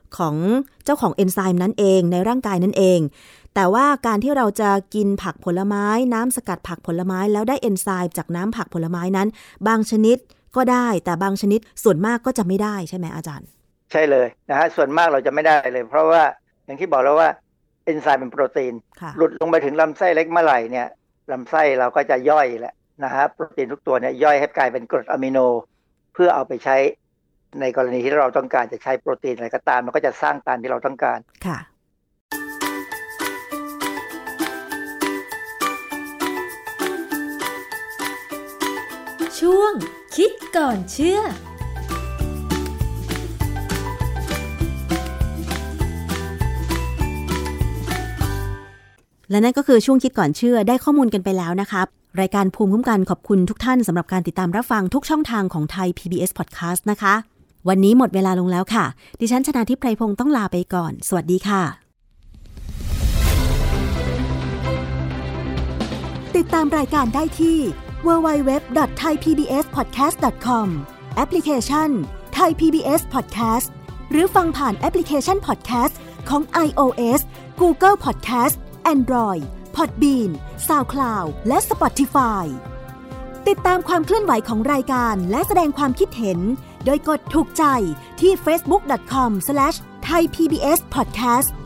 ของเจ้าของเอนไซม์นั้นเองในร่างกายนั่นเองแต่ว่าการที่เราจะกินผักผลไม้น้ำสกัดผักผลไม้แล้วได้เอนไซม์จากน้ำผักผลไม้นั้นบางชนิดก็ได้แต่บางชนิดส่วนมากก็จะไม่ได้ใช่ไหมอาจารย์ใช่เลยนะฮะส่วนมากเราจะไม่ได้เลยเพราะว่าอย่างที่บอกแล้วว่าเอนไซม์เป็นโปรตีนหลุดลงไปถึงลำไส้เล็กเมื่อไหร่เนี่ยลำไส้เราก็จะย่อยแหละนะฮะโปรตีนทุกตัวเนี่ยย่อยให้กลายเป็นกรดอะมิโนเพื่อเอาไปใช้ในกรณีที่เราต้องการจะใช้โปรตีนอะไรก็ตามมันก็จะสร้างตามที่เราต้องการค่ะช่วงคิดก่อนเชื่อและนั่นก็คือช่วงคิดก่อนเชื่อได้ข้อมูลกันไปแล้วนะครับรายการภูมิคุ้มกันขอบคุณทุกท่านสำหรับการติดตามรับฟังทุกช่องทางของไทย PBS Podcast นะคะวันนี้หมดเวลาลงแล้วค่ะดิฉันชนาธิปไพรพงศ์ต้องลาไปก่อนสวัสดีค่ะติดตามรายการได้ที่ www.thaipbspodcast.com แอปพลิเคชัน Thai PBS Podcast หรือฟังผ่านแอปพลิเคชัน Podcast ของ iOS Google Podcast Android Podbean SoundCloud และ Spotify ติดตามความเคลื่อนไหวของรายการและแสดงความคิดเห็นโดยกดถูกใจที่ facebook.com/thaipbspodcast